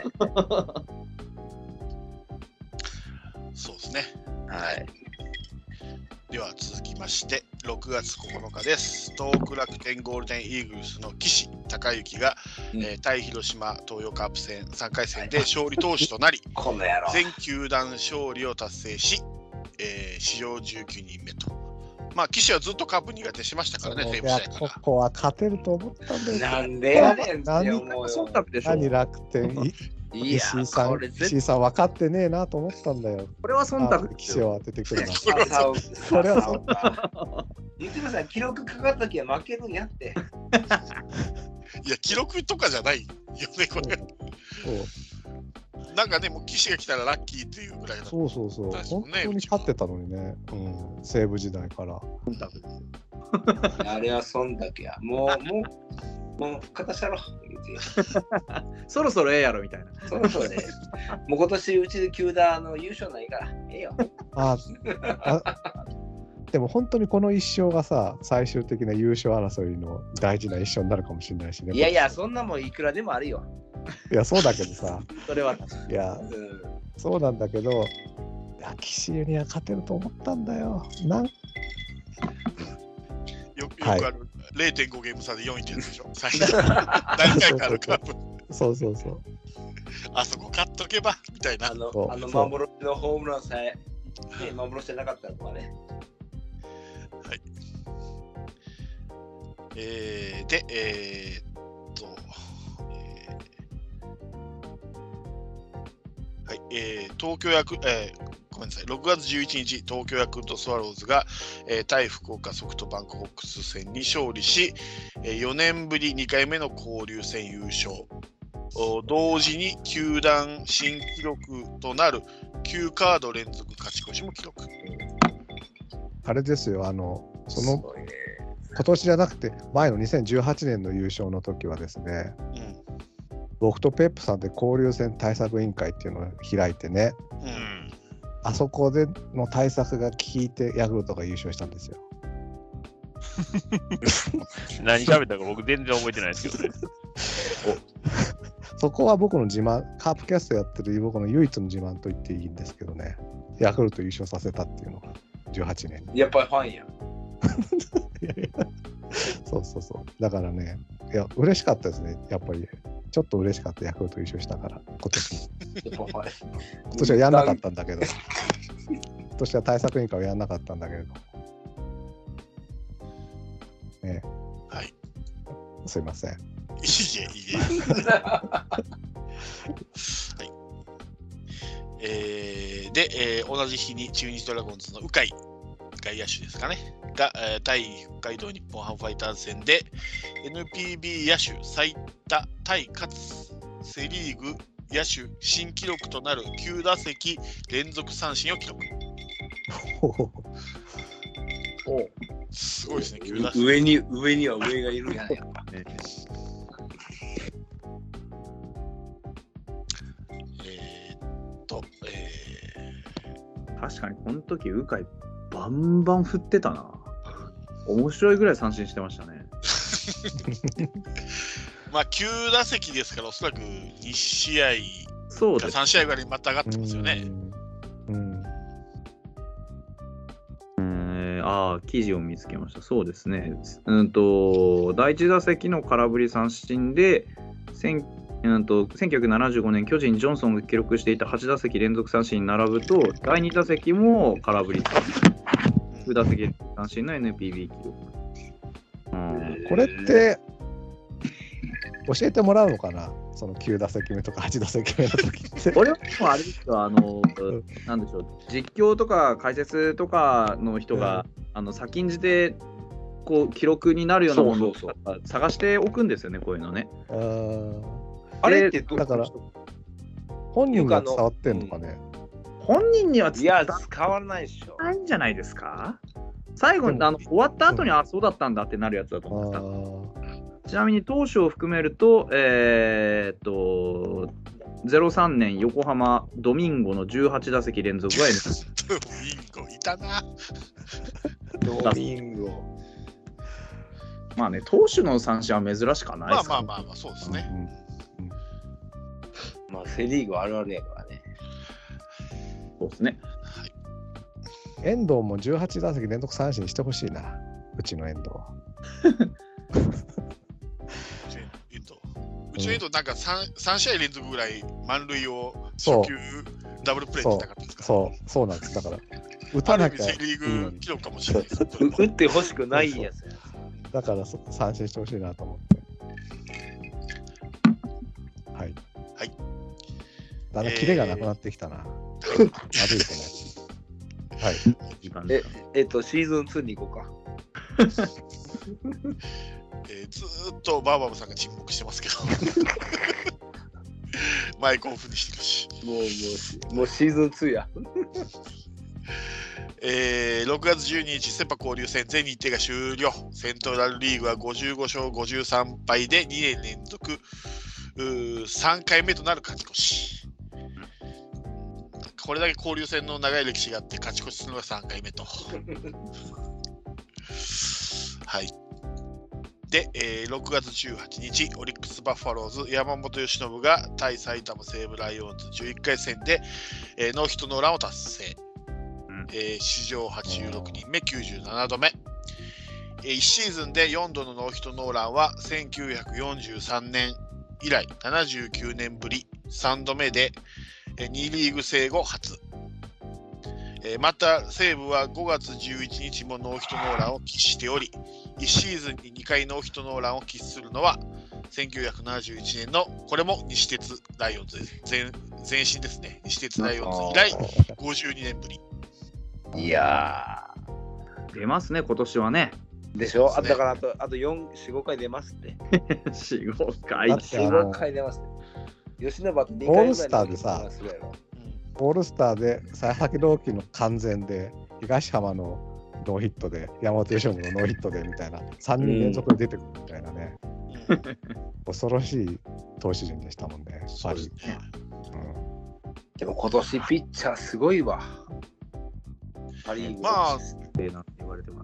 Speaker 1: そうですね。
Speaker 2: はい。
Speaker 1: では続きましてろくがつここのかです。東北楽天ゴールデンイーグルスの岸孝之が、うんえー、対広島東洋カープ戦さんかい戦で勝利投手となり全球団勝利を達成し、えー、史上じゅうきゅうにんめと。まあ岸はずっとカープ苦手しましたからね。西武時代から
Speaker 3: ここは勝てると思ったんだよ。
Speaker 2: なんでやねん。
Speaker 3: 何何楽天いや石井さん、石井さん分かってねえなと思ったんだよ。
Speaker 5: これは忖度
Speaker 3: 岸を当ててくるな。
Speaker 2: これは忖度。言ってください、記録かかった時は負けるんやって。
Speaker 1: いや、記録とかじゃないよね、これ。なんかね、もう岸が来たらラッキーっていうぐらいの、ね。
Speaker 3: そうそうそう。本当に勝ってたのにね、うん、西武時代から。
Speaker 5: 忖度ですよ。
Speaker 2: あれは忖度や。もう、もう、もう、形だろ。
Speaker 5: そろそろええやろみたいな。
Speaker 2: そろそろね。もう今年うちで球団の優勝ないから、ええよ。
Speaker 3: ああでも本当にこの一勝がさ、最終的な優勝争いの大事な一勝になるかもしれないしね。
Speaker 2: いやいや、そんなもんいくらでもあるよ。
Speaker 3: いや、そうだけどさ。
Speaker 5: それは。
Speaker 3: いや、うん、そうなんだけど、岸には勝てると思ったんだよ。なんよ
Speaker 1: くよくある、はい、れいてんご ゲーム差でよんいってやつでしょ。最初何回かあるカープ。
Speaker 3: そうそうそう。
Speaker 1: あそこ勝っとけばみたいな。
Speaker 2: あの、あの幻のホームランさえ、ね、幻じゃなかったのかね。
Speaker 1: はい。えー、で、えー、っと、えー、はい、えー、東京ヤク、えー、ごめんなさい、ろくがつじゅういちにち、東京ヤクルトスワローズが、えー、対福岡ソフトバンクホークス戦に勝利し、えー、よねんぶりにかいめの交流戦優勝。同時に球団新記録となるきゅうカード連続勝ち越しも記録。
Speaker 3: あれですよ、あのその今年じゃなくて前のにせんじゅうはちねんの優勝の時はですね、うん、僕とペップさんで交流戦対策委員会っていうのを開いてね、うん、あそこでの対策が効いてヤクルトが優勝したんですよ。
Speaker 6: 何喋ったか僕全然覚えてないですけどね。
Speaker 3: そこは僕の自慢、カープキャストやってる僕の唯一の自慢と言っていいんですけどね。ヤクルト優勝させたっていうのがじゅうはちねんに。
Speaker 2: やっぱりファンや。
Speaker 3: いやいやそうそうそう。だからね、いや、嬉しかったですね。やっぱり、ちょっと嬉しかった、ヤクルト優勝したから、今年。今年はやんなかったんだけど、今年は対策委員会はやんなかったんだけれど。ね、
Speaker 1: はい。
Speaker 3: すいません。
Speaker 1: いいえ、いいえ。はい。えー、で、えー、同じ日に中日ドラゴンズの鵜飼外野手ですかねが、えー、対北海道日本ハムファイターズ戦で エヌピービー 野手最多タイかつセ・リーグ野手新記録となるきゅう打席連続三振を記録。すごいですね、きゅう打席。
Speaker 2: 上に上には上がいるやんやっぱ。
Speaker 1: えーっと、え
Speaker 5: ー、確かにこの時鵜飼バンバン振ってたな。面白いぐらい三振してましたね。
Speaker 1: まあきゅう打席ですからおそらくに試合
Speaker 5: そうです
Speaker 1: さん試合ぐらいまた上がってますよね。
Speaker 3: うん。
Speaker 5: うん、ああ、記事を見つけました。そうですね。うんとだいいち打席の空振り三振で、うんとせんきゅうひゃくななじゅうごねん巨人ジョンソンが記録していたはち打席連続三振に並ぶと、だいに打席も空振り三振、きゅう打席三振の エヌピービー 記録。
Speaker 3: うん、これって教えてもらうのかな、そのきゅう打席目とかはち打席目の時って。
Speaker 5: これはあれですよ、あの、なんでしょう、実況とか解説とかの人が、うん、あの先んじてこう記録になるようなものを探しておくんですよね、こういうのね。
Speaker 3: あ
Speaker 2: あれって
Speaker 3: だから本人が伝わってんのかね。
Speaker 5: 本人には
Speaker 2: 伝わらないでしょ。
Speaker 5: ないんじゃないですか。最後にあの終わった後に、うん、あ、そうだったんだってなるやつだと思った。ちなみに投手を含めると、えー、っとゼロさんねん横浜ドミンゴのじゅうはち打席連続は N
Speaker 1: ドミンゴいたな。
Speaker 2: ドミンゴ。
Speaker 5: まあね、投手の三振は珍しくはないですか、ね。
Speaker 1: まあまあまあまあ、そうですね。うん
Speaker 2: うん、まあセ・リーグあるあるやからね。
Speaker 5: そうですね。
Speaker 1: はい。
Speaker 3: 遠藤もじゅうはち打席連続三振してほしいな、うちの遠藤。
Speaker 1: うちの遠藤なんか 3, 3試合連続ぐらい満塁を初球ダブルプレーってなかったですか。
Speaker 3: そうそうそうなんです。だから打たなきゃ
Speaker 1: セ・リーグ記録かもしれないです。
Speaker 2: 打ってほしくないやつや。
Speaker 3: だから三振してほしいなと思って。はい
Speaker 1: はい
Speaker 3: だんだんキレがなくなってきたな。えー、まずいですね。はい。
Speaker 2: ええっとシーズンツーに行こうか。
Speaker 1: えー、ずーっとバーバブさんが沈黙してますけどマイクオフにしてるし、
Speaker 2: もうもうもうシーズンツーや。
Speaker 1: えー、ろくがつじゅうににちセ・パ交流戦全日程が終了。セントラルリーグはごじゅうご勝ごじゅうさん敗でにねん連続さんかいめとなる勝ち越し。これだけ交流戦の長い歴史があって勝ち越しするのがさんかいめとはい。で、えー、ろくがつじゅうはちにちオリックスバファローズ山本由伸が対埼玉西武ライオンズじゅういっかい戦で、えー、ノーヒットノーランを達成、うんえー、史上はちじゅうろくにんめきゅうじゅうななどめ、えー、いちシーズンでよんどのノーヒットノーランはせんきゅうひゃくよんじゅうさんねん以来ななじゅうきゅうねんぶりさんどめで、えー、にリーグ制後初、えー、また西武はごがつじゅういちにちもノーヒットノーランを喫しており、いちシーズンににかいノーヒットノーランを喫するのはせんきゅうひゃくななじゅういちねんのこれも西鉄ライオンズです。前前身ですね。西鉄ライオンズ以来ごじゅうにねんぶり。
Speaker 2: いや
Speaker 5: ー出ますね今年はね。
Speaker 2: でしょ。あだからあとあとよん、よん、ごかい出ますって。
Speaker 5: よん、ごかい。
Speaker 2: よん、ごかい出ますって。吉野場ってにかいぐらい
Speaker 3: オールスターでさ、オールスターで佐々木朗希の完全で東浜のノーヒットで山本由伸のノーヒットでみたいなさんにん連続で出てくるみたいなね、うん、恐ろしい投手陣でしたもんね。
Speaker 1: そうですね、
Speaker 2: うん、でも今年ピッチャーすごいわ。
Speaker 1: まあ
Speaker 5: なんて言われてます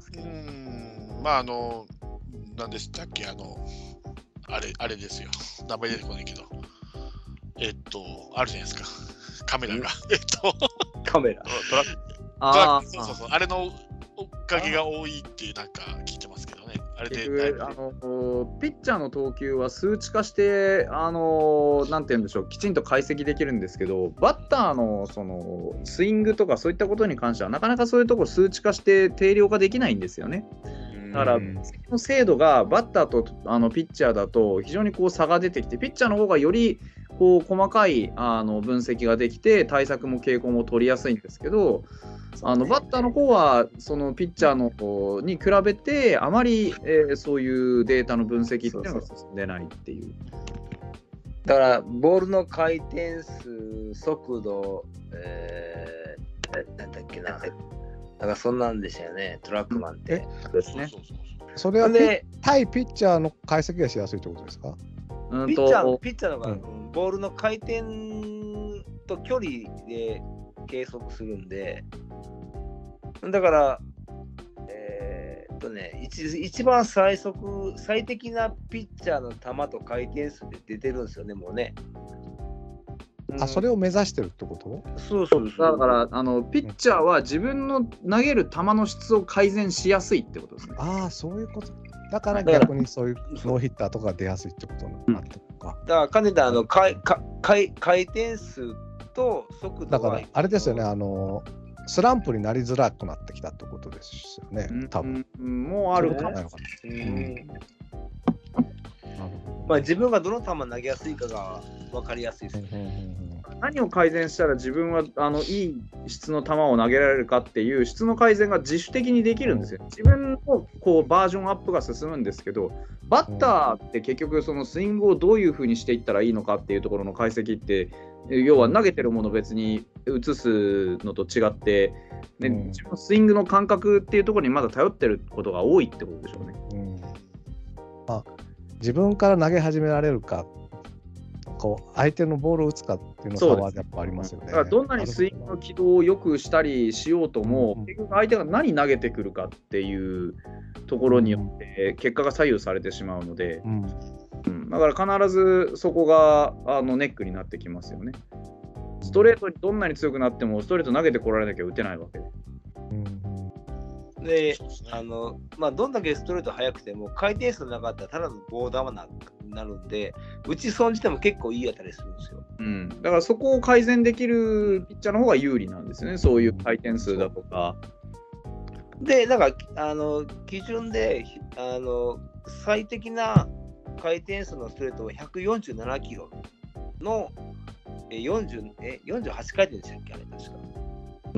Speaker 5: ますけど。
Speaker 1: うーん、まああの、何でしたっけ、あの、あれ、あれですよ。名前出てこないけど。えっと、あるじゃないですか。カメラが。えっと、
Speaker 2: カメラ。
Speaker 6: トラック
Speaker 5: あ
Speaker 1: そうそうそう。あれのおかげが多いってなんか聞いてますけどね。あれで
Speaker 5: 結
Speaker 1: だいぶ
Speaker 5: 局あのピッチャーの投球は数値化してあのなんて言うんでしょう、きちんと解析できるんですけど、バッターのそのスイングとかそういったことに関してはなかなかそういうところ数値化して定量化できないんですよね。だから分析の精度がバッターとあのピッチャーだと非常にこう差が出てきて、ピッチャーの方がよりこう細かいあの分析ができて対策も傾向も取りやすいんですけど、あのバッターの方はそのピッチャーの方に比べてあまり、えー、そういうデータの分析っていうのが進んでないっていう。
Speaker 2: だからボールの回転数、速度、えー、なんだっけな、だからそんなんでしたよね、トラックマンって。
Speaker 5: ですね。
Speaker 1: そうそうそうそう
Speaker 3: それはピ
Speaker 2: で
Speaker 3: 対ピッチャーの解析がしやすいってことですか？
Speaker 5: うん
Speaker 2: ピッチャー
Speaker 5: と
Speaker 2: ピッチャーの方が、
Speaker 3: うん
Speaker 2: うんボールの回転と距離で計測するんで、だから、えーっとね、一, 一番最速、最適なピッチャーの球と回転数で出てるんですよね、もうね。
Speaker 3: あ、それを目指してるってこと？
Speaker 2: そうそうそう。
Speaker 5: だからあのピッチャーは自分の投げる球の質を改善しやすいってことですね。
Speaker 3: ああ、そういうこと。だから逆にそういうノーヒッターとか出やすいってことになってるのか。
Speaker 2: だから金田あの回回回転数と速度
Speaker 3: だからあれですよね、あのスランプになりづらくなってきたってことですよね、多分。
Speaker 5: うん、もうあるかも。
Speaker 2: うん
Speaker 3: うんなるほど
Speaker 2: まあ、自分がどの球投げやすいかが分かりやすいですね。
Speaker 3: うんうんうん
Speaker 5: 何を改善したら自分はあのいい質の球を投げられるかっていう質の改善が自主的にできるんですよ。自分のこうバージョンアップが進むんですけど、バッターって結局そのスイングをどういうふうにしていったらいいのかっていうところの解析って、要は投げてるものを別に移すのと違って、ね、
Speaker 3: うん
Speaker 5: 自分のスイングの感覚っていうところにまだ頼ってることが多いってことでしょうね。
Speaker 3: うんまあ、自分から投げ始められるか、こう相手のボールを打つかっていうのはやっぱありますよね。
Speaker 5: だからどんなにスイングの軌道を良くしたりしようとも、
Speaker 3: うん
Speaker 5: 結局相手が何投げてくるかっていうところによって結果が左右されてしまうので、
Speaker 3: うん
Speaker 5: うん、だから必ずそこがあのネックになってきますよね。ストレートにどんなに強くなってもストレート投げてこられなきゃ打てないわけで。
Speaker 3: うん
Speaker 2: で
Speaker 1: そうですね
Speaker 2: あのまあ、どんだけストレート速くても回転数なかったらただの棒球ななるんで、打ち損じても結構いい当たりするんですよ。
Speaker 5: うん、だからそこを改善できるピッチャーの方が有利なんですよね、そういう回転数だとか。
Speaker 2: で、なんかあの基準であの最適な回転数のストレートはひゃくよんじゅうななキロのえよんじゅうえよんじゅうはち回転でしたっけ、あれ確か。
Speaker 5: うん、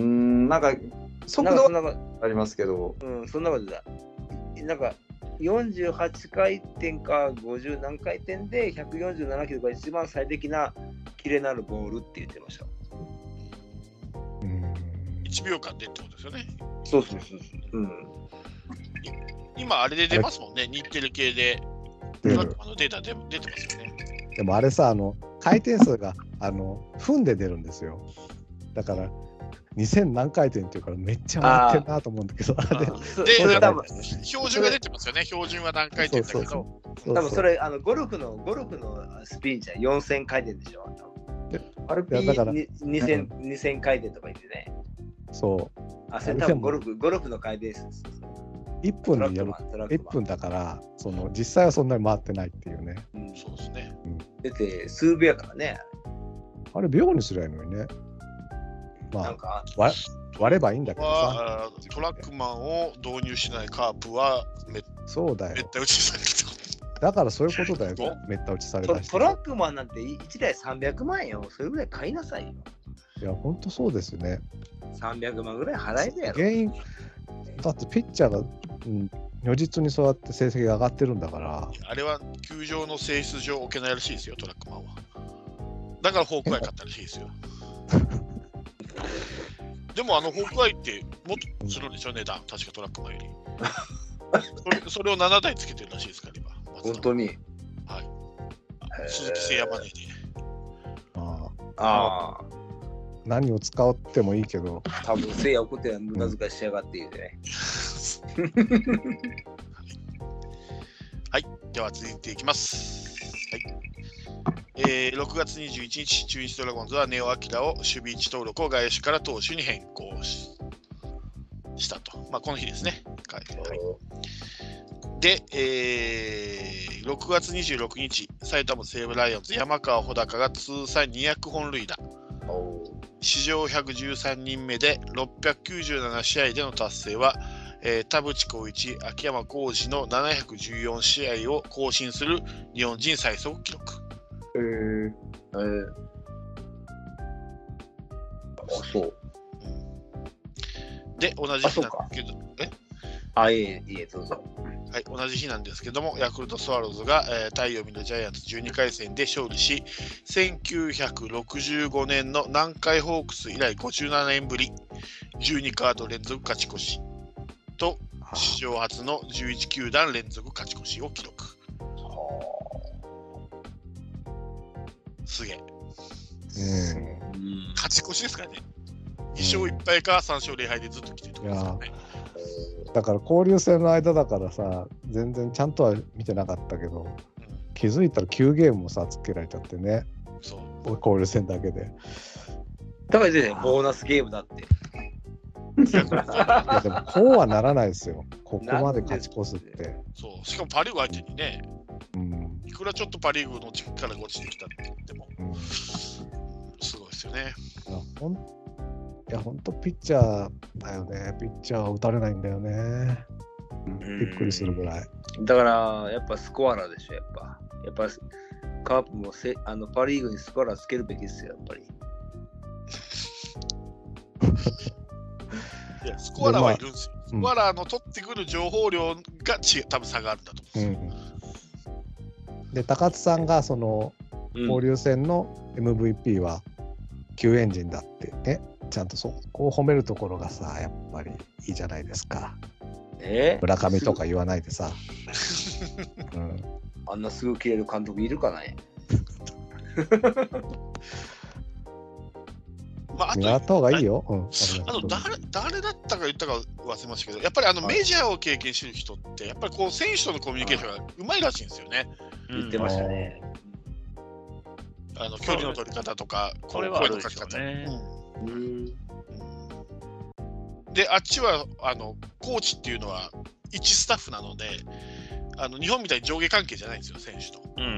Speaker 5: なんか速度
Speaker 2: なんかそんなこ
Speaker 5: ありますけど、
Speaker 2: うん、そんなことだ。なんかよんじゅうはち回転かごじゅう何回転でひゃくよんじゅうななキロが一番最適なキレのあるボールって言ってました。
Speaker 3: うん
Speaker 1: いちびょうかんでってことですよね。
Speaker 2: そうそうそうそう。うん。
Speaker 1: 今あれで出ますもんね、日テレ系で。
Speaker 3: 出る
Speaker 1: トラックマンのデータで出てますよね。
Speaker 3: でもあれさ、あの回転数があの分で出るんですよ。だからにせん何回転っていうからめっちゃ回ってんなと思うんだけど、あれ
Speaker 1: で、
Speaker 2: それ多分
Speaker 1: 標準が出てますよね。標準は何回転だけど。
Speaker 3: そうそう
Speaker 2: 多分それあのゴルフのゴルフのスピンじゃよんせん回転でしょ。
Speaker 5: アルピ
Speaker 3: いやだから
Speaker 2: ににせん、にせん回転とか言ってね。
Speaker 3: そう
Speaker 2: あ、それ多分ゴルフゴルフの回転数です。
Speaker 3: いっぷんにやるいっぷんだからその実際はそんなに回ってないっていうね。
Speaker 2: うん、
Speaker 1: そうですね。
Speaker 2: だって数秒やからね。
Speaker 3: あれ秒にすりゃいいのにね。まあ
Speaker 2: なんか
Speaker 3: 割割ればいいんだけどさ。
Speaker 1: はトラックマンを導入しないカープはめ
Speaker 3: そうだよ
Speaker 1: めっ。た打ちされるってこと。
Speaker 3: だからそういうことだよ。めった打ちされ
Speaker 2: ト
Speaker 3: た人。
Speaker 2: トラックマンなんていちだいさんびゃくまんよ。それぐらい買いなさいよ。
Speaker 3: いや本当そうですよね。
Speaker 2: さんびゃくまんぐらい払えるやろ。
Speaker 3: 原因だってピッチャーが、うん、如実にそうやって成績が上がってるんだから。
Speaker 1: あれは球場の性質上置けないらしいですよ、トラックマンは。だからホークアイ買ったらしいですよ。でもあのホークアイってもっとするんでしょ、値段。確かトラックマンより。それそれをななだいつけてるらしいですから、今。
Speaker 2: 本当に。
Speaker 1: はい。鈴木誠也マネーで。
Speaker 3: ああ
Speaker 2: ああ。
Speaker 3: 何を使ってもいいけど。
Speaker 2: 多分せいや怒ってる無駄遣いしやがって言うてね。 。
Speaker 1: はい、では続いていきます。はい。えー、ろくがつにじゅういちにち、中日ドラゴンズはネオ・アキラを守備位置登録を外野手から投手に変更 し, したと。まあ、この日ですね。はい、で、えー、ろくがつにじゅうろくにち、埼玉西武ライオンズ、山川穂高が通算にひゃくほん塁打。史上ひゃくじゅうさんにんめでろっぴゃくきゅうじゅうななしあいでの達成は、えー、田淵幸一、秋山浩二のななひゃくじゅうよんしあいを更新する日本人最速記録。
Speaker 2: へーえー、あ、そう。
Speaker 1: で、同じ日なんだけど、え
Speaker 2: あ、いえいえ、どうぞ。
Speaker 1: はい、同じ日なんですけども、ヤクルトスワローズが、えー、太陽を見るジャイアンツじゅうにかい戦で勝利し、せんきゅうひゃくろくじゅうごねんの南海ホークス以来ごじゅうななねんぶり、じゅうにカード連続勝ち越しと、史上初のじゅういちきゅうだん連続勝ち越しを記録。すげえ。
Speaker 3: うん、
Speaker 1: 勝ち越しですからね。にしょういっぱいかさんしょうぜろはいでずっと来てるところですからね。
Speaker 3: だから交流戦の間だからさ、全然ちゃんとは見てなかったけど、うん、気づいたらきゅうゲームもさつけられちゃってね。そう。交流戦だけで。
Speaker 2: だからね、ボーナスゲームだって。
Speaker 3: いやでもこうはならないですよ。ここまで勝ち越すって。
Speaker 1: そう。しかもパ・リーグ相手にね、うん、いくらちょっとパ・リーグの力が落ちてきたって言っても、うん、すごいですよね。
Speaker 3: いやほんいや本当ピッチャーだよね。ピッチャーは打たれないんだよね。びっくりするぐらい。
Speaker 2: だからやっぱスコアラーでしょ。やっぱやっぱカープもせあのパ・リーグにスコアラーつけるべきですよ。やっぱり。
Speaker 1: いやスコアラーはいるんですよ。まあ、スコアラーの取ってくる情報量がち多分差があるんだと思うんですよ。
Speaker 3: うん、で高津さんがその交流戦の エムブイピー は救援陣だってね。ちゃんとそこを褒めるところがさ、やっぱりいいじゃないですか。
Speaker 2: えー、
Speaker 3: 村上とか言わないでさ。
Speaker 2: うん、あんなすぐ切れる監督いるかね。
Speaker 3: まあ、あとやった方がいいよ。うん、
Speaker 1: あの 誰, 誰だったか言ったか忘れましたけど、やっぱりあのメジャーを経験してる人って、やっぱりこう選手とのコミュニケーションがうまいらしいんですよね。
Speaker 2: 言ってましたね。
Speaker 1: あの距離の取り方とか、
Speaker 6: これは声の書き方。
Speaker 1: うん、で、あっちはあのコーチっていうのは一スタッフなので、あの日本みたいに上下関係じゃないんですよ、選手と。うんうん、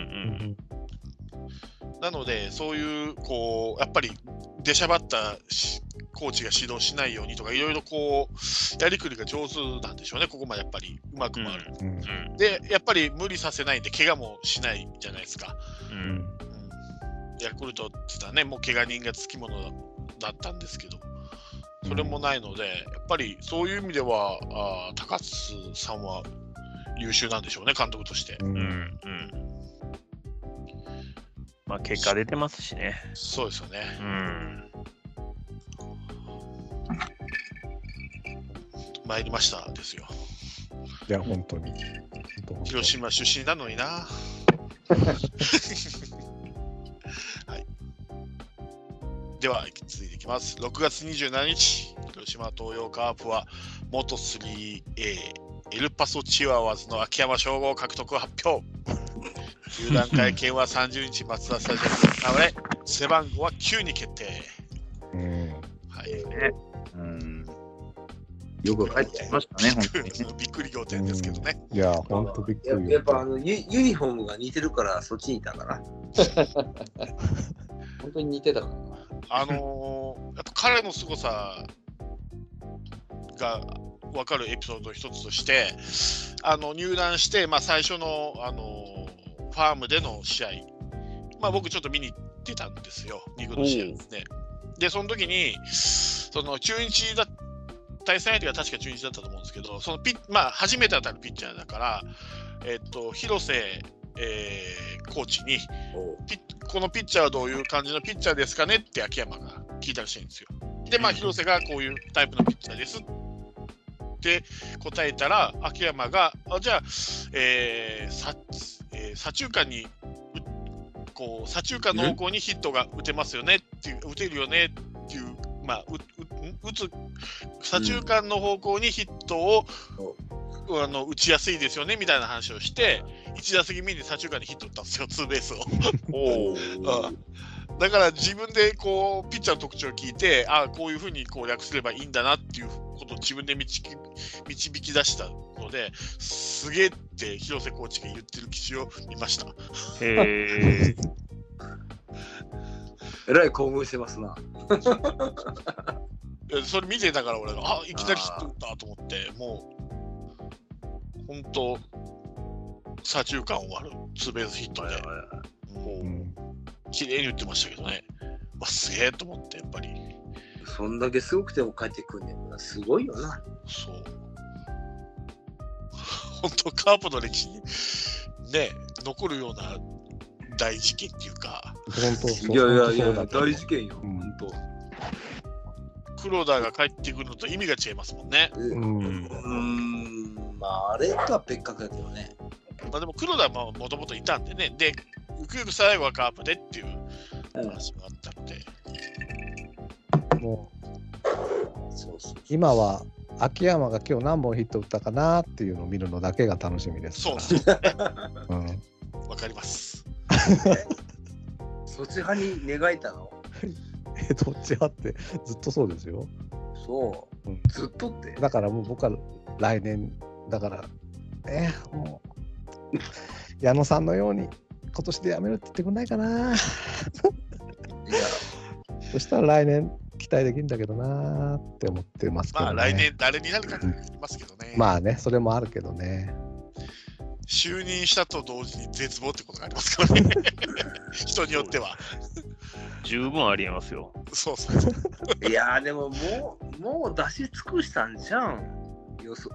Speaker 1: なので、そういうこうやっぱり出しゃばったコーチが指導しないようにとか、いろいろこうやりくりが上手なんでしょうね、ここまでやっぱりうまく回る、うんうん。で、やっぱり無理させないんで、怪我もしないじゃないですか。うんうん、ヤクルトって言ったらね、もう怪我人がつきものだだったんですけど、それもないので、うん、やっぱりそういう意味ではあ高津さんは優秀なんでしょうね、監督として。うんうん、
Speaker 6: まあ結果出てますしね。
Speaker 1: そうですよね。うん、参りましたですよ。
Speaker 3: いや本当に。
Speaker 1: 広島出身なのにな。はい。では続いていきます。ろくがつにじゅうしちにち、広島東洋カープは元 スリーエー エルパソチワワーズの秋山翔吾獲得を発表。球団会見はさんじゅうにち松田スタジアムで行われ、背番号はきゅうに決定。うん、はい。ね、
Speaker 5: うん、よく入っちゃいましたね、本当に、ね。
Speaker 1: びっくり仰天ですけどね。
Speaker 3: うん、いや、本当びっくり。
Speaker 2: やっぱあの ユ, ユニフォームが似てるからそっちにいたかな。本当に似てたかな。
Speaker 1: あのー、やっぱ彼の凄さが分かるエピソードの一つとして、あの入団して、まあ、最初の、あのー、ファームでの試合、まあ、僕ちょっと見に行ってたんですよ、にぐの試合ですね。で、その時に、その中日だ、対戦相手が確か中日だったと思うんですけど、そのピッ、まあ、初めて当たるピッチャーだから、えっと、広瀬、えー、コーチにピこのピッチャーはどういう感じのピッチャーですかねって秋山が聞いたらしいんですよ。で、まあ、広瀬がこういうタイプのピッチャーですって答えたら、秋山が、あじゃあ、えーさえー、左中間にこう左中間の方向にヒットが打てますよねっていう、打てるよねっていう、まあうう打つ左中間の方向にヒットを、うん、あの打ちやすいですよねみたいな話をして、いち打席目に左中間にヒット打ったんですよ、ツーベースを。おうんだから自分でこうピッチャーの特徴を聞いて、ああこういうふうにこう略すればいいんだなっていうことを自分で導き、導き出したので、すげえって広瀬コーチが言ってる記事を見ました。
Speaker 6: へー
Speaker 2: えらい興奮してますな。
Speaker 1: それ見てたから俺が、あいきなりヒット打ったと思って、もう本当左中間終わるツーベースヒットで、もう綺麗に打ってましたけどね。わすげえと思ってやっぱり。
Speaker 2: そんだけすごくても帰ってくんねんな、すごいよな。
Speaker 1: そう。本当カープの歴史にね残るような大事件っていうか。
Speaker 3: 本当そう。
Speaker 2: いやいやいや大事件よ。うん、本当。
Speaker 1: 黒田が帰ってくるのと意味が違いますもんね。
Speaker 2: うん。うんまああれとは別格だけどね。
Speaker 1: まあでも黒田はもともといたんでね。で、ゆくゆく最後はカープでっていう話があったので。
Speaker 3: うん、もうそうそう今は秋山が今日何本ヒット打ったかなっていうのを見るのだけが楽しみですから。
Speaker 1: そうですね。
Speaker 3: うん。
Speaker 1: わかります。
Speaker 2: そっち派に願えたの？
Speaker 3: え、どっち派ってずっとそうですよ。
Speaker 2: そう、うん、ずっとって。
Speaker 3: だからもう僕は来年だからえー、もう矢野さんのように今年でやめるって言ってくんないかな。いやそしたら来年期待できるんだけどなーって思ってますけどね。
Speaker 1: まあ来年誰になるかになりますけどね。
Speaker 3: まあね、それもあるけどね。
Speaker 1: 就任したと同時に絶望ってことがありますからね。人によっては。
Speaker 6: 十分ありえますよ。
Speaker 1: そうそうそう。
Speaker 2: いやーでももうもう出し尽くしたんじゃん。よそ。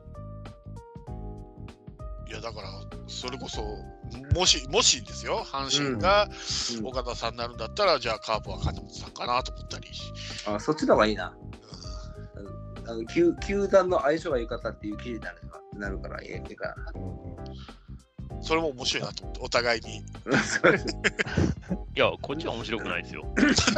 Speaker 1: いやだからそれこそもしもしですよ、阪神が岡田さんになるんだったら、うん、じゃあカープは金本さんかなと思ったり。
Speaker 2: あ、そっちの方がいいな。うん、あの 球, 球団の相性が良かったっていう記事になるなるからいいかな。
Speaker 1: それも面白いなと思って、お互いに。い
Speaker 6: や、こっちは面白くないですよ。